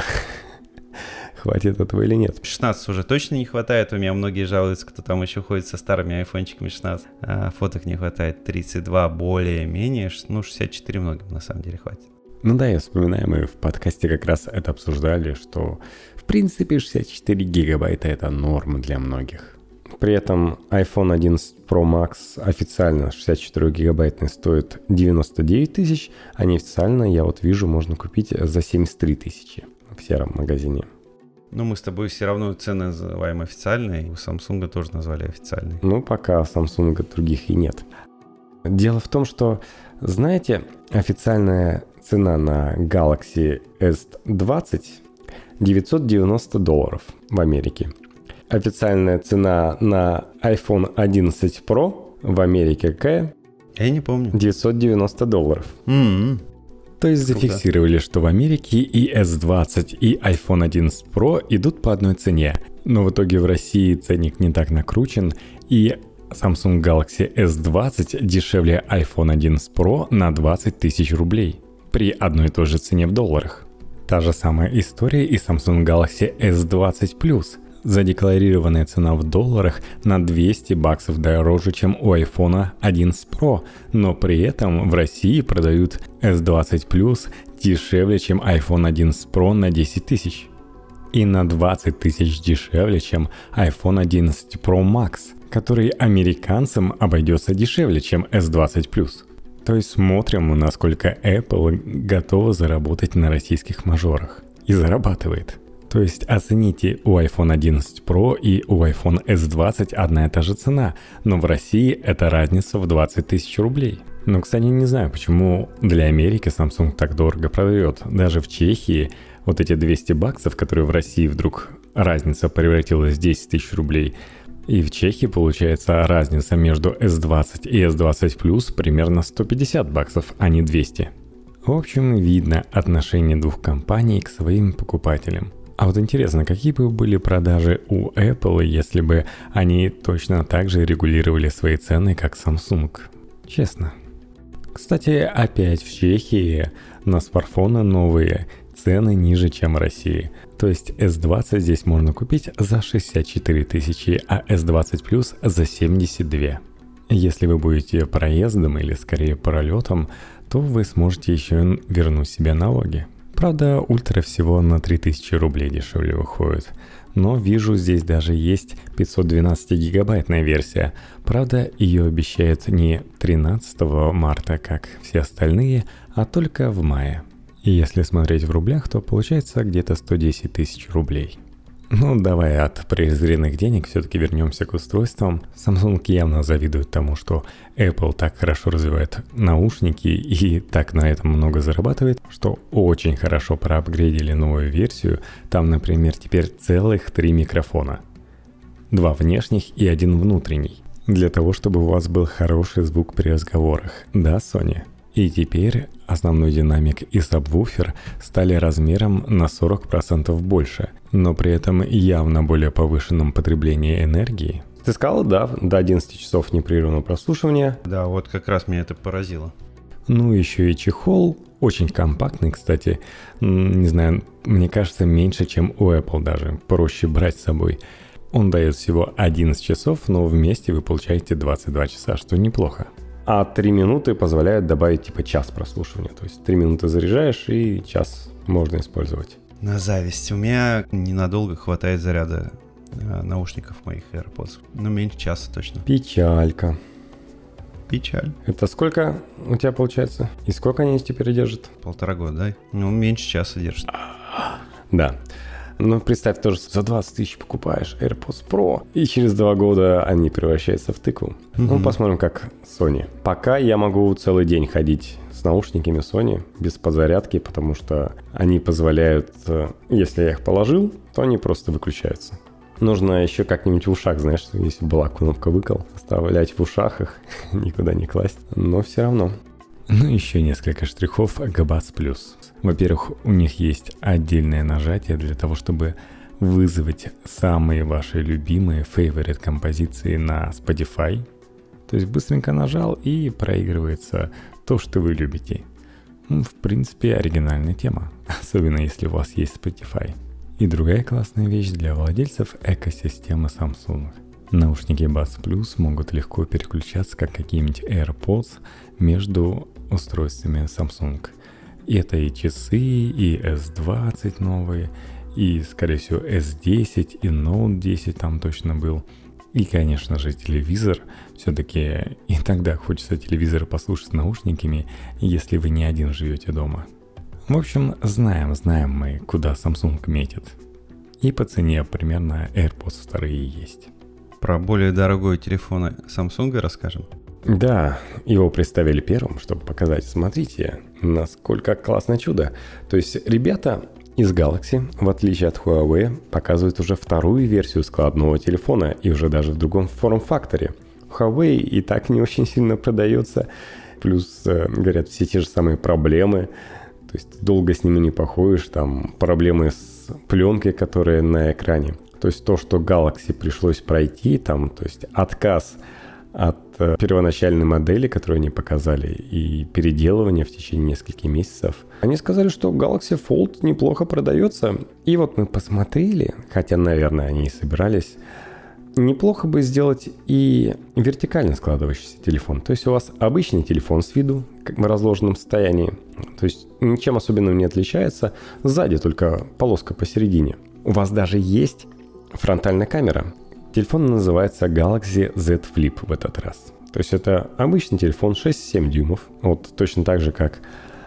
B: Хватит этого или нет?
A: шестнадцать уже точно не хватает. У меня многие жалуются, кто там еще ходит со старыми айфончиками шестнадцать. А фоток не хватает. тридцать два более-менее. Ну, шестьдесят четыре многим на самом деле хватит.
B: Ну да, я вспоминаю, мы в подкасте как раз это обсуждали, что в принципе шестьдесят четыре гигабайта это норма для многих. При этом iPhone одиннадцать Pro Max официально шестьдесят четыре гигабайтный стоит девяносто девять тысяч, а неофициально, я вот вижу, можно купить за семьдесят три тысячи в сером магазине.
A: Ну, мы с тобой все равно цены называем официальные. У Samsung тоже назвали официальные.
B: Ну, пока Samsung других и нет. Дело в том, что, знаете, официальная цена на Galaxy эс двадцать девятьсот девяносто долларов в Америке. Официальная цена на iPhone одиннадцать Pro в Америке какая?
A: Я не помню.
B: девятьсот девяносто долларов.
A: Mm-hmm.
B: То есть зафиксировали, что в Америке и эс двадцать, и iPhone одиннадцать Pro идут по одной цене. Но в итоге в России ценник не так накручен, и Samsung Galaxy эс двадцать дешевле iPhone одиннадцать Pro на двадцать тысяч рублей при одной и той же цене в долларах. Та же самая история и Samsung Galaxy эс двадцать плюс. Задекларированная цена в долларах на двести баксов дороже, чем у iPhone одиннадцать Pro, но при этом в России продают эс двадцать плюс дешевле, чем iPhone одиннадцать Pro на десять тысяч. И на двадцать тысяч дешевле, чем iPhone одиннадцать Pro Max, который американцам обойдется дешевле, чем эс двадцать плюс. То есть смотрим, насколько Apple готова заработать на российских мажорах. И зарабатывает. То есть оцените, у iPhone одиннадцать Pro и у iPhone эс двадцать одна и та же цена, но в России это разница в двадцать тысяч рублей. Но, кстати, не знаю, почему для Америки Samsung так дорого продает. Даже в Чехии вот эти двести баксов, которые в России вдруг разница превратилась в десять тысяч рублей, и в Чехии получается разница между эс двадцать и эс двадцать плюс примерно сто пятьдесят баксов, а не двести. В общем, видно отношение двух компаний к своим покупателям. А вот интересно, какие бы были продажи у Apple, если бы они точно так же регулировали свои цены, как Samsung? Честно. Кстати, опять в Чехии на смартфоны новые цены ниже, чем в России. То есть эс двадцать здесь можно купить за шестьдесят четыре тысячи, а эс двадцать плюс за семьдесят два. Если вы будете проездом или скорее пролетом, то вы сможете еще вернуть себе налоги. Правда, ультра всего на три тысячи рублей дешевле выходит. Но вижу, здесь даже есть пятьсот двенадцатигигабайтная версия. Правда, ее обещают не тринадцатого марта, как все остальные, а только в мае. И если смотреть в рублях, то получается где-то сто десять тысяч рублей. Ну, давай от презренных денег все-таки вернемся к устройствам. Samsung явно завидует тому, что Apple так хорошо развивает наушники и так на этом много зарабатывает, что очень хорошо проапгрейдили новую версию. Там, например, теперь целых три микрофона. Два внешних и один внутренний. Для того, чтобы у вас был хороший звук при разговорах. Да, Sony? И теперь основной динамик и сабвуфер стали размером на сорок процентов больше, но при этом явно более повышенном потреблении энергии. Ты сказал, да, до одиннадцати часов непрерывного прослушивания.
A: Да, вот как раз меня это поразило.
B: Ну, еще и чехол, очень компактный, кстати. Не знаю, мне кажется, меньше, чем у Apple даже, проще брать с собой. Он дает всего одиннадцать часов, но вместе вы получаете двадцать два часа, что неплохо. А три минуты позволяют добавить типа час прослушивания. То есть три минуты заряжаешь и час можно использовать.
A: На зависть. У меня ненадолго хватает заряда э, наушников моих AirPods. Ну, меньше часа точно.
B: Печалька.
A: Печаль.
B: Это сколько у тебя получается? И сколько они теперь держат?
A: Полтора года, да? Ну, меньше часа держит.
B: Да. Ну, представь, тоже за двадцать тысяч покупаешь AirPods Pro, и через два года они превращаются в тыкву. Mm-hmm. Ну, посмотрим, как Sony. Пока я могу целый день ходить с наушниками Sony без подзарядки, потому что они позволяют, если я их положил, то они просто выключаются. Нужно еще как-нибудь в ушах, знаешь, если была кнопка выкол, оставлять в ушах их, никуда не класть, но все равно. Ну, еще несколько штрихов к Buds Plus. Во-первых, у них есть отдельное нажатие для того, чтобы вызвать самые ваши любимые favorite композиции на Spotify. То есть быстренько нажал и проигрывается то, что вы любите. Ну, в принципе, оригинальная тема, особенно если у вас есть Spotify. И другая классная вещь для владельцев экосистемы Samsung. Наушники Buds Plus могут легко переключаться, как какие-нибудь AirPods, между устройствами Samsung. И это и часы, и эс двадцать новые, и, скорее всего, эс десять, и Note десять там точно был. И, конечно же, телевизор. Все-таки иногда хочется телевизор послушать с наушниками, если вы не один живете дома. В общем, знаем, знаем мы, куда Samsung метит. И по цене примерно AirPods вторые есть.
A: Про более дорогой телефон Samsung расскажем?
B: Да, его представили первым, чтобы показать, смотрите, насколько классное чудо. То есть ребята из Galaxy, в отличие от Huawei, показывают уже вторую версию складного телефона и уже даже в другом форм-факторе. Huawei и так не очень сильно продается, плюс, говорят, все те же самые проблемы. То есть долго с ними не походишь, там проблемы с пленкой, которая на экране. То есть то, что Galaxy пришлось пройти, там, то есть отказ от э, первоначальной модели, которую они показали, и переделывание в течение нескольких месяцев. Они сказали, что Galaxy Fold неплохо продается. И вот мы посмотрели, хотя, наверное, они и собирались, неплохо бы сделать и вертикально складывающийся телефон. То есть у вас обычный телефон с виду, как в разложенном состоянии. То есть ничем особенным не отличается. Сзади только полоска посередине. У вас даже есть фронтальная камера. Телефон называется Galaxy Z Flip в этот раз. То есть это обычный телефон шесть-семь дюймов, вот точно так же, как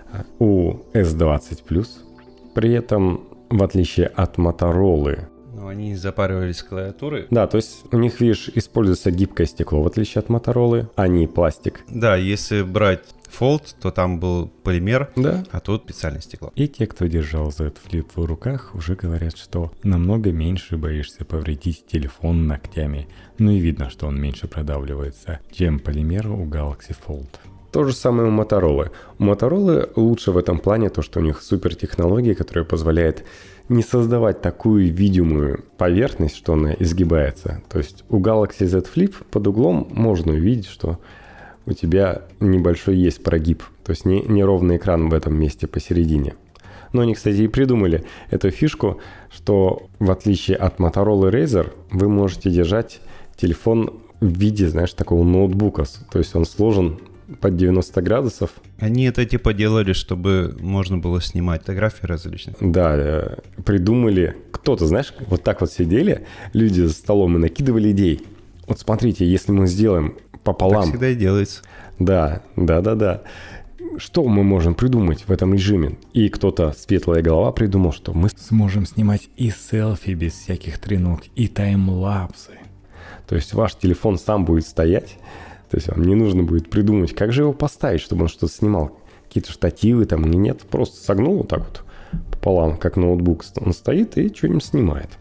B: у эс двадцать плюс. При этом, в отличие от Motorola,
A: ну, они запаривались с клавиатуры.
B: Да, то есть у них, видишь, используется гибкое стекло, в отличие от Motorola, а не пластик.
A: Да, если брать Fold, то там был полимер,
B: да.
A: А тут специальное стекло.
C: И те, кто держал Z Flip в руках, уже говорят, что намного меньше боишься повредить телефон ногтями. Ну и видно, что он меньше продавливается, чем полимер у Galaxy Fold.
B: То же самое у Motorola. У Motorola лучше в этом плане то, что у них супер технология, которая позволяет не создавать такую видимую поверхность, что она изгибается. То есть у Galaxy Z Flip под углом можно увидеть, что у тебя небольшой есть прогиб. То есть не, неровный экран в этом месте посередине. Но они, кстати, и придумали эту фишку, что в отличие от Motorola Razr, вы можете держать телефон в виде, знаешь, такого ноутбука. То есть он сложен под девяносто градусов.
A: Они это типа делали, чтобы можно было снимать фотографии различные.
B: Да, придумали. Кто-то, знаешь, вот так вот сидели люди за столом и накидывали идей. Вот смотрите, если мы сделаем пополам...
A: Так всегда и делается.
B: Да, да, да, да. Что мы можем придумать в этом режиме? И кто-то, светлая голова, придумал, что мы
C: сможем снимать и селфи без всяких треног, и таймлапсы.
B: То есть ваш телефон сам будет стоять. То есть вам не нужно будет придумать, как же его поставить, чтобы он что-то снимал. Какие-то штативы там или нет. Просто согнул вот так вот пополам, как ноутбук. Он стоит и что-нибудь снимает.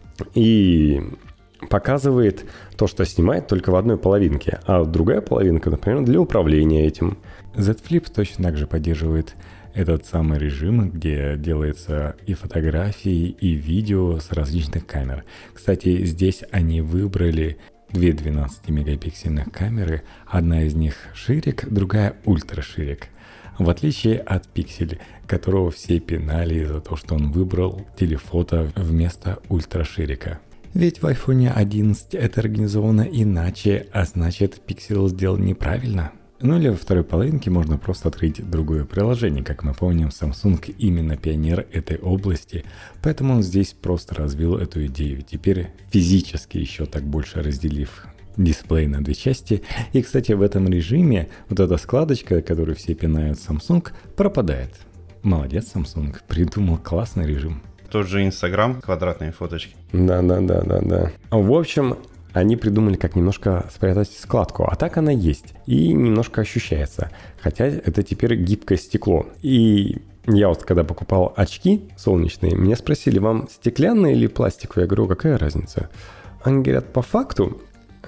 B: И показывает то, что снимает, только в одной половинке. А другая половинка, например, для управления этим.
C: Z Flip точно так же поддерживает этот самый режим, где делается и фотографии, и видео с различных камер. Кстати, здесь они выбрали две двенадцатимегапиксельных камеры, одна из них ширик, другая ультраширик. В отличие от Pixel, которого все пинали за то, что он выбрал телефото вместо ультраширика. Ведь в iPhone одиннадцать это организовано иначе, а значит Pixel сделал неправильно. Ну или во второй половинке можно просто открыть другое приложение. Как мы помним, Samsung именно пионер этой области, поэтому он здесь просто развил эту идею. Теперь физически еще так больше разделив дисплей на две части. И, кстати, в этом режиме вот эта складочка, которую все пинают Samsung, пропадает. Молодец, Samsung, придумал классный режим.
A: Тот же Instagram, квадратные фоточки.
B: Да-да-да-да-да. В общем, они придумали, как немножко спрятать складку, а так она есть и немножко ощущается, хотя это теперь гибкое стекло. И я вот когда покупал очки солнечные, меня спросили, вам стеклянные или пластиковые? Я говорю, какая разница? Они говорят, по факту,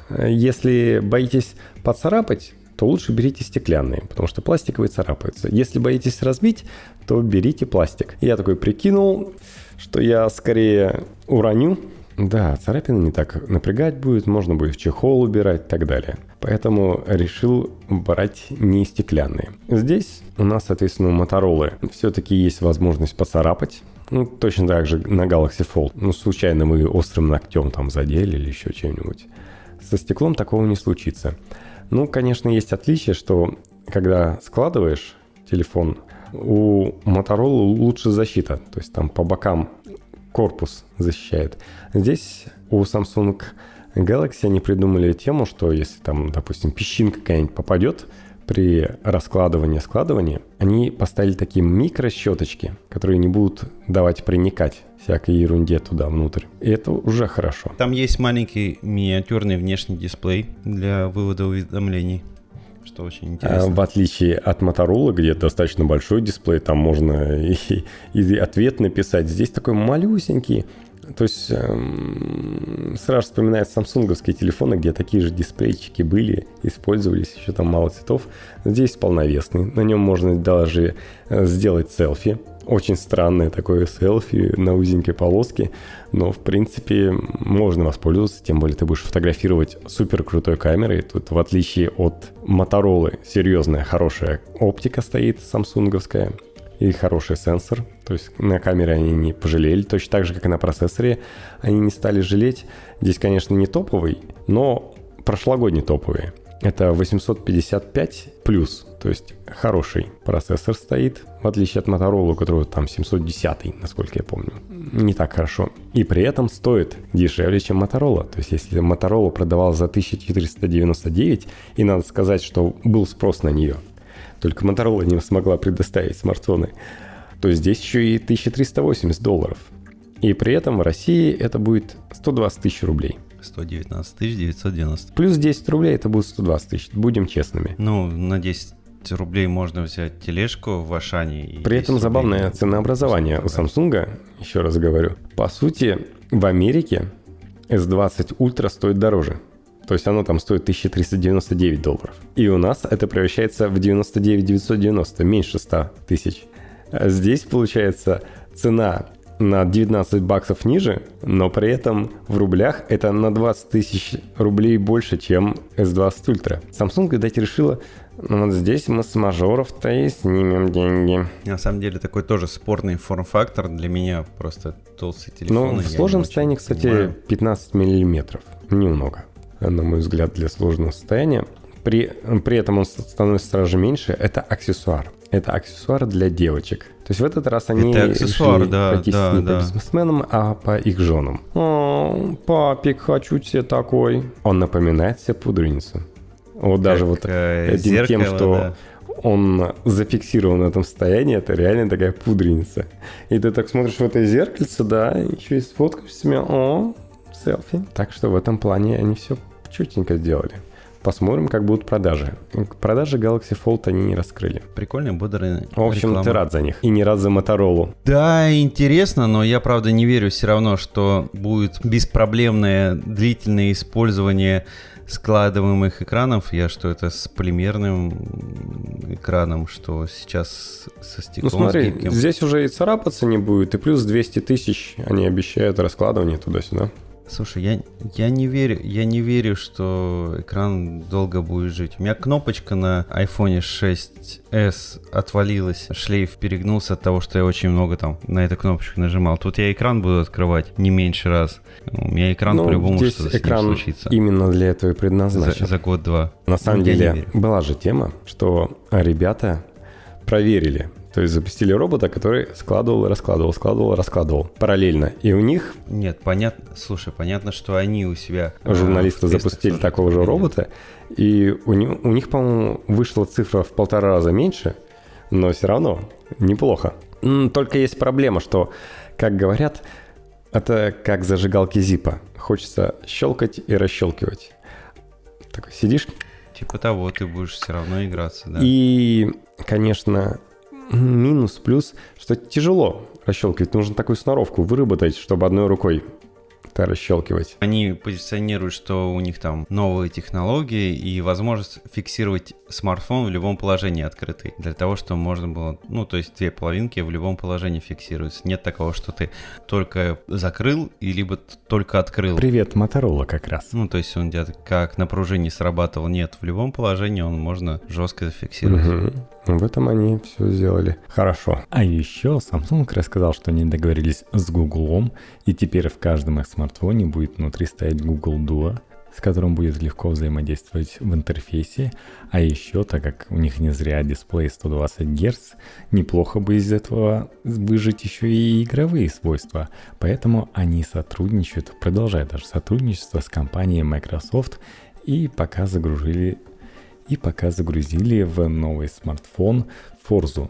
B: если боитесь поцарапать, то лучше берите стеклянные, потому что пластиковые царапаются. Если боитесь разбить, то берите пластик. Я такой прикинул, что я скорее уроню. Да, царапины не так напрягать будет, можно будет в чехол убирать и так далее. Поэтому решил брать не стеклянные. Здесь у нас, соответственно, у Motorola все-таки есть возможность поцарапать. Ну, точно так же на Galaxy Fold. Ну, случайно мы острым ногтем там задели или еще чем-нибудь. Со стеклом такого не случится. Ну, конечно, есть отличие, что когда складываешь телефон, у Motorola лучше защита. То есть там по бокам корпус защищает. Здесь у Samsung Galaxy они придумали тему, что если там, допустим, песчинка какая-нибудь попадет при раскладывании, складывании, они поставили такие микрощеточки, которые не будут давать проникать всякой ерунде туда внутрь. И это уже хорошо.
A: Там есть маленький миниатюрный внешний дисплей для вывода уведомлений, что очень интересно.
B: А, в отличие от Motorola, где достаточно большой дисплей, там можно и, и ответ написать. Здесь такой малюсенький. То есть эм, сразу вспоминает самсунговские телефоны, где такие же дисплейчики были, использовались, еще там мало цветов. Здесь полновесный, на нем можно даже сделать селфи. Очень странное такое селфи на узенькой полоске, но в принципе можно воспользоваться, тем более ты будешь фотографировать супер крутой камерой. Тут в отличие от Motorola серьезная хорошая оптика стоит самсунговская. И хороший сенсор, то есть на камере они не пожалели, точно так же, как и на процессоре они не стали жалеть. Здесь, конечно, не топовый, но прошлогодний топовый. Это восемьсот пятьдесят пять плюс, то есть хороший процессор стоит, в отличие от Motorola, у которого там семьсот десять, насколько я помню. Не так хорошо. И при этом стоит дешевле, чем Motorola. То есть если Motorola продавал за тысяча четыреста девяносто девять, и надо сказать, что был спрос на нее, только Motorola не смогла предоставить смартфоны, то здесь еще и тысяча триста восемьдесят долларов. И при этом в России это будет сто двадцать тысяч рублей.
A: сто девятнадцать тысяч девятьсот девяносто.
B: Плюс десять рублей это будет сто двадцать тысяч, будем честными.
A: Ну, на десять рублей можно взять тележку в Ашане. И
B: при этом забавное рублей... ценообразование у Samsung, еще раз говорю. По сути, в Америке эс двадцать Ultra стоит дороже. То есть оно там стоит тысяча триста девяносто девять долларов. И у нас это превращается в девяносто девять тысяч девятьсот девяносто, меньше ста тысяч. А здесь получается цена на девятнадцать баксов ниже, но при этом в рублях это на двадцать тысяч рублей больше, чем эс двадцать Ultra. Samsung, видать, решила, ну вот здесь мы с мажоров-то и снимем деньги.
A: На самом деле такой тоже спорный форм-фактор для меня, просто толстый телефон.
B: Ну, в сложном состоянии, кстати, понимаю. пятнадцать миллиметров, немного, на мой взгляд, для сложного состояния. При, при этом он становится сразу меньше. Это аксессуар. Это аксессуар для девочек. То есть в этот раз они
A: это аксессуар,
B: решили
A: да,
B: пройтись
A: да,
B: не
A: да.
B: по бизнесменам, а по их женам. О, папик, хочу тебе такой. Он напоминает себе пудреницу. Вот как даже вот этим зеркало, тем, что да. он зафиксирован в этом состоянии, это реально такая пудреница. И ты так смотришь в это зеркальце, да, еще и сфоткаешь себя. О, селфи. Так что в этом плане они все чётенько сделали. Посмотрим, как будут продажи. Продажи Galaxy Fold они не раскрыли.
A: Прикольная, бодрая
B: В общем,
A: реклама.
B: Ты рад за них. И не рад за Motorola.
A: Да, интересно, но я, правда, не верю все равно, что будет беспроблемное длительное использование складываемых экранов. Я что это с полимерным экраном, что сейчас со стеклом.
B: Ну смотри,
A: гибким.
B: Здесь уже и царапаться не будет, и плюс двести тысяч они обещают раскладывание туда-сюда.
A: Слушай, я, я не верю, я не верю, что экран долго будет жить. У меня кнопочка на айфон шесть эс отвалилась, шлейф перегнулся от того, что я очень много там на эту кнопочку нажимал. Тут я экран буду открывать не меньше раз. У меня экран
B: ну,
A: по-любому
B: здесь
A: что-то
B: экран
A: с ним случится.
B: Именно для этого и предназначен.
A: За, за год-два.
B: На самом
A: ну,
B: деле была же тема, что ребята проверили. То есть запустили робота, который складывал, раскладывал, складывал, раскладывал параллельно. И у них...
A: Нет, понятно. Слушай, понятно, что они у себя...
B: Журналисты а, запустили такого же робота. И у, не, у них, по-моему, вышла цифра в полтора раза меньше. Но все равно неплохо. Только есть проблема, что, как говорят, это как зажигалки Зипа. Хочется щелкать и расщелкивать. Такой сидишь...
A: Типа того, ты будешь все равно играться, да.
B: И, конечно... Минус, плюс, что тяжело расщелкивать. Нужно такую сноровку выработать, чтобы одной рукой это расщелкивать.
A: Они позиционируют, что у них там новые технологии и возможность фиксировать смартфон в любом положении открытый. Для того, чтобы можно было... Ну, то есть две половинки в любом положении фиксируются. Нет такого, что ты только закрыл и либо только открыл.
B: Привет, Motorola как раз.
A: Ну, то есть он где-то как на пружине срабатывал. Нет, в любом положении он можно жестко зафиксировать.
B: Угу. В этом они все сделали хорошо. А еще Samsung рассказал, что они договорились с Google, и теперь в каждом их смартфоне будет внутри стоять Google Duo, с которым будет легко взаимодействовать в интерфейсе. А еще, так как у них не зря дисплей сто двадцать герц, неплохо бы из этого выжать еще и игровые свойства. Поэтому они сотрудничают, продолжают даже сотрудничество с компанией Microsoft, и пока загрузили И пока загрузили в новый смартфон Forza.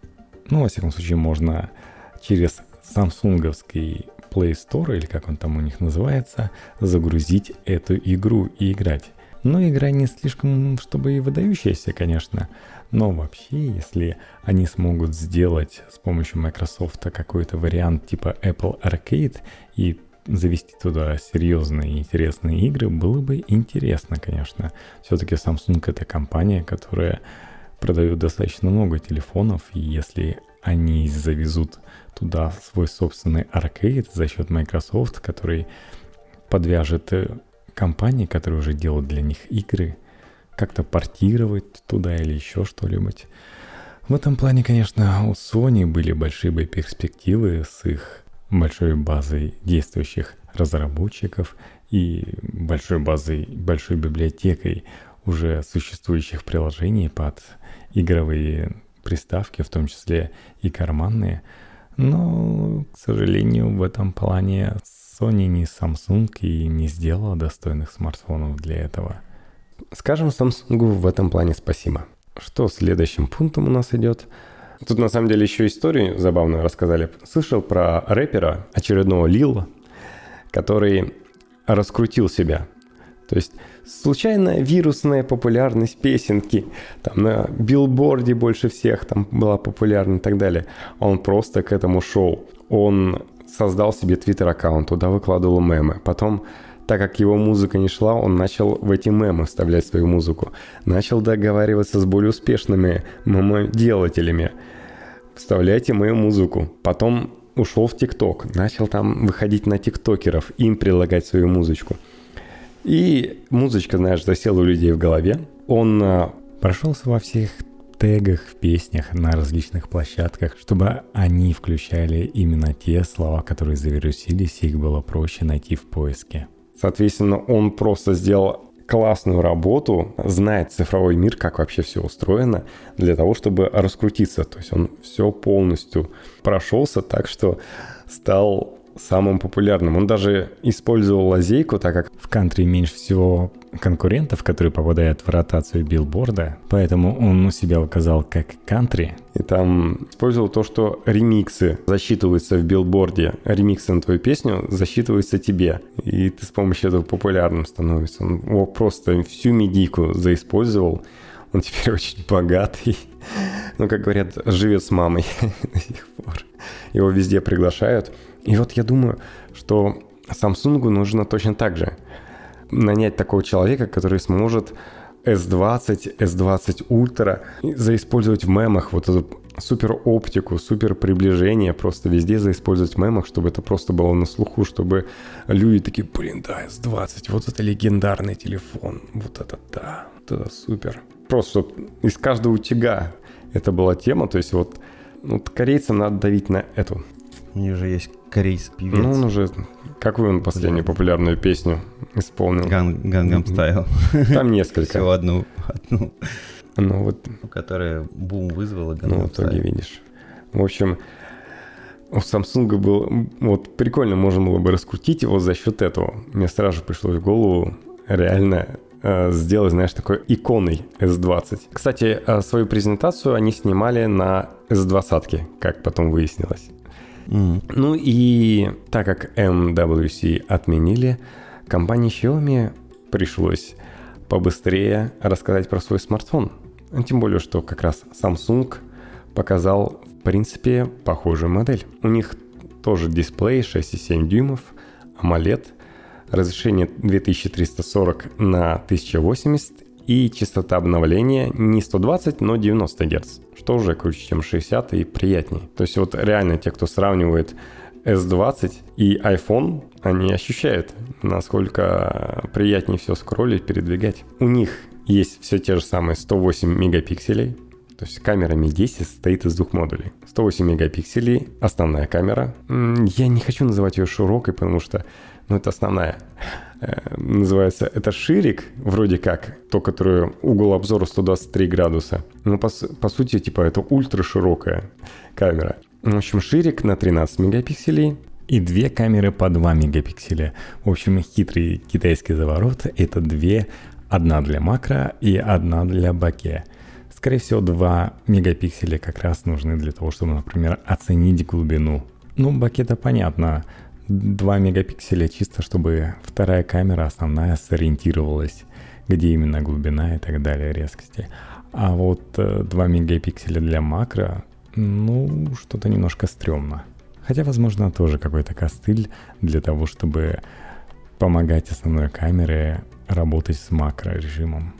B: Ну, во всяком случае, можно через самсунговский Play Store, или как он там у них называется, загрузить эту игру и играть. Но игра не слишком, чтобы и выдающаяся, конечно. Но вообще, если они смогут сделать с помощью Microsoft какой-то вариант типа Apple Arcade и завести туда серьезные и интересные игры, было бы интересно, конечно. Все-таки Samsung — это компания, которая продает достаточно много телефонов, и если они завезут туда свой собственный аркейд за счет Microsoft, который подвяжет компании, которые уже делают для них игры, как-то портировать туда или еще что-нибудь. В этом плане, конечно, у Sony были большие бы перспективы с их большой базой действующих разработчиков и большой базой, большой библиотекой
C: уже существующих приложений под игровые приставки, в том числе и карманные. Но, к сожалению, в этом плане Sony не Samsung и не сделала достойных смартфонов для этого.
B: Скажем Samsung в этом плане спасибо. Что следующим пунктом у нас идет? Тут на самом деле еще историю забавную рассказали. Слышал про рэпера очередного Лила, который раскрутил себя. То есть случайная вирусная популярность песенки, там на билборде больше всех там была популярна и так далее. Он просто к этому шел. Он создал себе твиттер-аккаунт, туда выкладывал мемы. Потом, так как его музыка не шла, он начал в эти мемы вставлять свою музыку. Начал договариваться с более успешными мемоделателями. Вставляйте мою музыку. Потом ушел в ТикТок, начал там выходить на тиктокеров, им предлагать свою музычку. И музычка, знаешь, засела у людей в голове. Он а,
C: прошелся во всех тегах в песнях на различных площадках, чтобы они включали именно те слова, которые завирусились, и их было проще найти в поиске.
B: Соответственно, он просто сделал классную работу, знает цифровой мир, как вообще все устроено, для того, чтобы раскрутиться. То есть он все полностью прошелся так, что стал самым популярным. Он даже использовал лазейку, так как
C: в кантри меньше всего конкурентов, которые попадают в ротацию билборда, поэтому он у себя указал как кантри.
B: И там использовал то, что ремиксы засчитываются в билборде, ремиксы на твою песню засчитываются тебе, и ты с помощью этого популярным становишься. Он его просто всю медийку заиспользовал. Он теперь очень богатый. Ну, как говорят, живет с мамой до сих пор. Его везде приглашают. И вот я думаю, что Samsung нужно точно так же нанять такого человека, который сможет эс двадцать, эс двадцать Ultra заиспользовать в мемах вот эту супер оптику, супер приближение, просто везде заиспользовать в мемах, чтобы это просто было на слуху, чтобы люди такие, блин, да, эс двадцать, вот это легендарный телефон, вот это да, вот это супер. Просто чтобы из каждого утюга это была тема, то есть вот, вот корейцам надо давить на эту.
A: У них же есть корейский певец.
B: Ну, он уже... Какую он последнюю да. популярную песню исполнил?
A: Gangnam Style.
B: Там несколько.
A: Всего одну. одну.
B: Ну, вот.
A: Которая бум вызвала Gangnam
B: Ну, в итоге видишь. В общем, у Samsung был... Вот прикольно можно было бы раскрутить его за счет этого. Мне сразу пришло в голову реально э, сделать, знаешь, такой иконой эс двадцать. Кстати, э, свою презентацию они снимали на эс двадцать, как потом выяснилось. Mm. Ну и так как эм дабл ю си отменили, компании Xiaomi пришлось побыстрее рассказать про свой смартфон. Тем более, что как раз Samsung показал, в принципе, похожую модель. У них тоже дисплей шесть и семь дюймов, AMOLED, разрешение две тысячи триста сорок на тысяча восемьдесят и частота обновления не сто двадцать, но девяносто герц, что уже круче, чем шестьдесят и приятнее. То есть вот реально те, кто сравнивает эс двадцать и iPhone, они ощущают, насколько приятнее все скроллить, передвигать. У них есть все те же самые сто восемь мегапикселей, то есть камера ми десять состоит из двух модулей. сто восемь мегапикселей, основная камера. Я не хочу называть ее широкой, потому что ну, это основная. Называется это ширик, вроде как, то, которое угол обзора сто двадцать три градуса. Но по, по сути, типа, это ультраширокая камера. В общем, ширик на тринадцать мегапикселей.
C: И две камеры по два мегапикселя. В общем, хитрый китайский заворот. Это две, одна для макро и одна для боке. Скорее всего, два мегапикселя как раз нужны для того, чтобы, например, оценить глубину. Ну, боке-то понятно. два мегапикселя чисто, чтобы вторая камера основная сориентировалась, где именно глубина и так далее, резкости. А вот два мегапикселя для макро, ну, что-то немножко стрёмно. Хотя, возможно, тоже какой-то костыль для того, чтобы помогать основной камере работать с макро-режимом.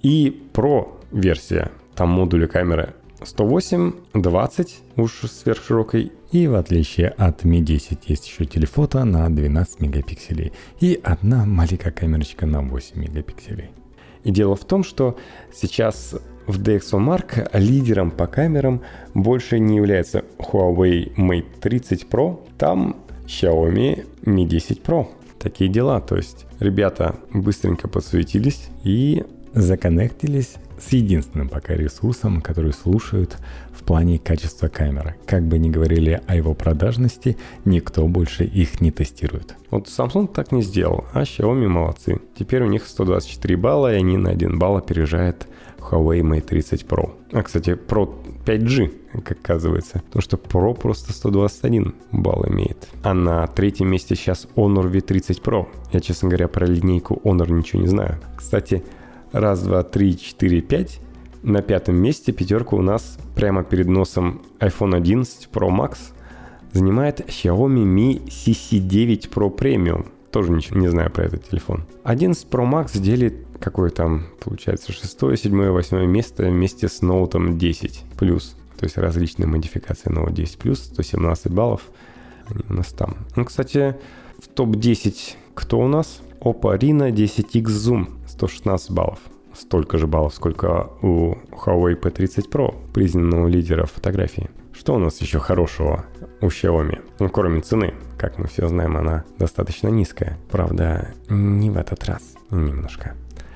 B: И Pro версия, там модули камеры сто восемь, двадцать уж сверхширокой.
C: И в отличие от ми десять есть еще телефото на двенадцать мегапикселей и одна маленькая камерочка на восемь мегапикселей.
B: И дело в том, что сейчас в ди экс о Mark лидером по камерам больше не является Huawei Mate тридцать Pro, там Xiaomi ми десять Pro. Такие дела, то есть ребята быстренько подсуетились и
C: законнектились с единственным пока ресурсом, который слушают в плане качества камеры. Как бы ни говорили о его продажности, никто больше их не тестирует.
B: Вот Samsung так не сделал, а Xiaomi молодцы. Теперь у них сто двадцать четыре балла, и они на один балл опережают Huawei Mate тридцать Pro. А, кстати, Pro пять джи, как оказывается. Потому что Pro просто сто двадцать один балл имеет. А на третьем месте сейчас Honor ви тридцать Pro. Я, честно говоря, про линейку Honor ничего не знаю. Кстати, раз, два, три, четыре, пять. На пятом месте пятерка у нас прямо перед носом iPhone одиннадцать Pro Max занимает Xiaomi Mi си си девять Pro Premium. Тоже ничего не знаю про этот телефон. одиннадцать Pro Max делит какое там, получается, шестое, седьмое, восьмое место вместе с Note десять плюс. То есть различные модификации Note десять плюс, сто семнадцать баллов. Они у нас там. Ну, кстати, в топ десять кто у нас? Oppo Reno десять икс Zoom, сто шестнадцать баллов. Столько же баллов, сколько у Huawei пи тридцать Pro, признанного лидера фотографии. Что у нас еще хорошего у Xiaomi? Ну, кроме цены, как мы все знаем, она достаточно низкая. Правда, не в этот раз, немножко.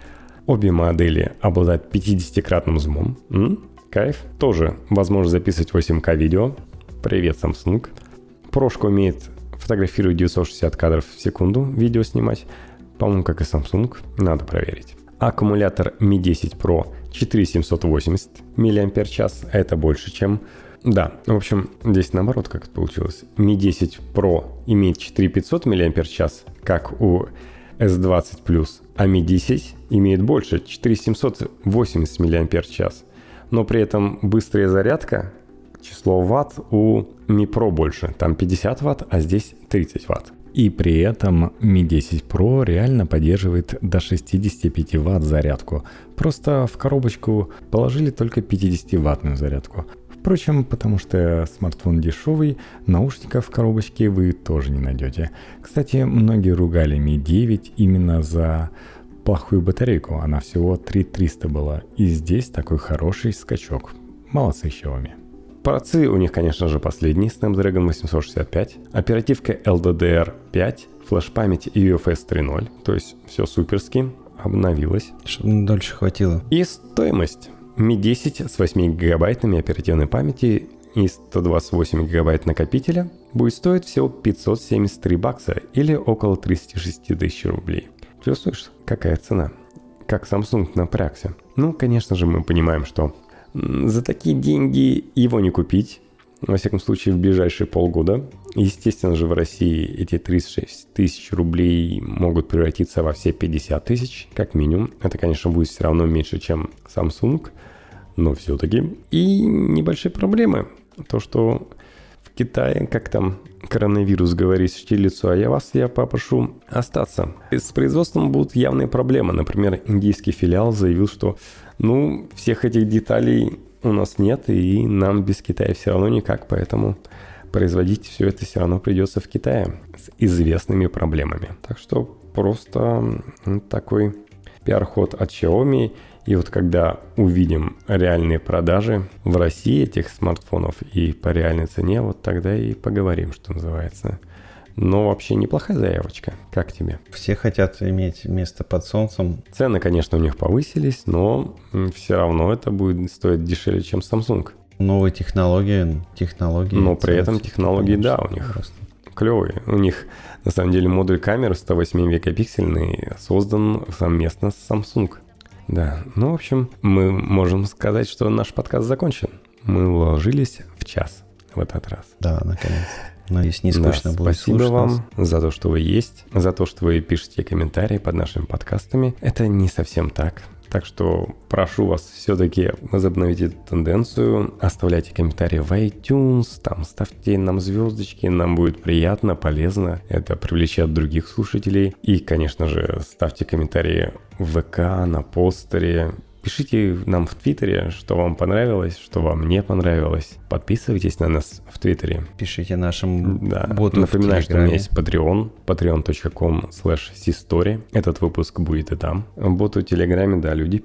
B: Обе модели обладают пятидесятикратным зумом. М? Кайф. Тоже возможно записывать восемь ка видео. Привет, Samsung. Прошка умеет фотографировать девятьсот шестьдесят кадров в секунду, видео снимать. По-моему, как и Samsung. Надо проверить. Аккумулятор Mi десять Pro четыре тысячи семьсот восемьдесят мАч. Это больше, чем... Да, в общем, здесь наоборот как это получилось. Mi десять Pro имеет четыре тысячи пятьсот мАч, как у эс двадцать плюс, а Mi десять имеет больше, четыре тысячи семьсот восемьдесят мАч. Но при этом быстрая зарядка, число ватт у Mi Pro больше. Там пятьдесят ватт, а здесь тридцать ватт.
C: И при этом Mi десять Pro реально поддерживает до шестьдесят пять ватт зарядку. Просто в коробочку положили только пятидесятиваттную зарядку. Впрочем, потому что смартфон дешевый, наушников в коробочке вы тоже не найдете. Кстати, многие ругали Mi девять именно за плохую батарейку. Она всего три тысячи триста была. И здесь такой хороший скачок. Молодцы, Xiaomi.
B: Процессы у них, конечно же, последний, Snapdragon восемьсот шестьдесят пять, оперативка эл ди ди ар пять, флеш-память ю эф эс три ноль, то есть все суперски, обновилось.
A: Чтобы дольше хватило.
B: И стоимость. Mi десять с восемью гигабайтами оперативной памяти и сто двадцать восемь гигабайт накопителя будет стоить всего пятьсот семьдесят три бакса или около тридцать шесть тысяч рублей. Чувствуешь, какая цена? Как Samsung напрягся. Ну, конечно же, мы понимаем, что за такие деньги его не купить, во всяком случае, в ближайшие полгода. Естественно же, в России эти тридцать шесть тысяч рублей могут превратиться во все пятьдесят тысяч, как минимум. Это, конечно, будет все равно меньше, чем Samsung, но все-таки. И небольшие проблемы. То, что в Китае, как там коронавирус говорит, щелицу, а я вас, я попрошу остаться. С производством будут явные проблемы. Например, индийский филиал заявил, что ну, всех этих деталей у нас нет, и нам без Китая все равно никак, поэтому производить все это все равно придется в Китае с известными проблемами. Так что просто такой пиар-ход от Xiaomi. И вот когда увидим реальные продажи в России этих смартфонов и по реальной цене, вот тогда и поговорим, что называется. Но вообще неплохая заявочка. Как тебе?
A: Все хотят иметь место под солнцем.
B: Цены, конечно, у них повысились, но все равно это будет стоить дешевле, чем Samsung.
A: Новые технологии, технологии.
B: Но при этом технологии, да, у них просто клевые. У них, на самом деле, модуль камеры сто восемь мегапиксельный создан совместно с Samsung. Да, ну, в общем, мы можем сказать, что наш подкаст закончен. Мы уложились в час в этот раз.
A: Да, наконец-то. Надеюсь, не скучно
B: да,
A: будет
B: спасибо
A: слушать
B: вам
A: нас.
B: За то, что вы есть, за то, что вы пишете комментарии под нашими подкастами. Это не совсем так. Так что прошу вас все-таки возобновить эту тенденцию. Оставляйте комментарии в iTunes, там ставьте нам звездочки, нам будет приятно, полезно. Это привлечет других слушателей. И, конечно же, ставьте комментарии в ВК, на постере. Пишите нам в Твиттере, что вам понравилось, что вам не понравилось. Подписывайтесь на нас в Твиттере.
A: Пишите нашим
B: да.
A: боту
B: Напоминаю,
A: в
B: что у меня есть Patreon, patreon точка com слэш систори. Этот выпуск будет и там. Боту в Телеграме, да, люди пишут.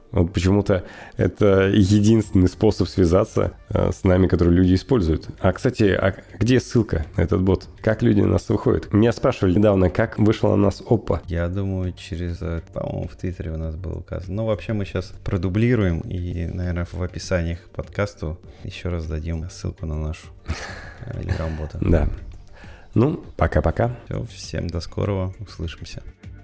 B: Вот почему-то это единственный способ связаться э, с нами, который люди используют. А, кстати, а где ссылка на этот бот? Как люди на нас выходят? Меня спрашивали недавно, как вышла на нас Oppo.
A: Я думаю, через, по-моему, в Твиттере у нас было указано. Ну, вообще мы сейчас продублируем и, наверное, в описаниях к подкасту еще раз дадим ссылку на нашу Telegram-бота.
B: Да. Ну, пока-пока.
A: Все, всем до скорого. Услышимся.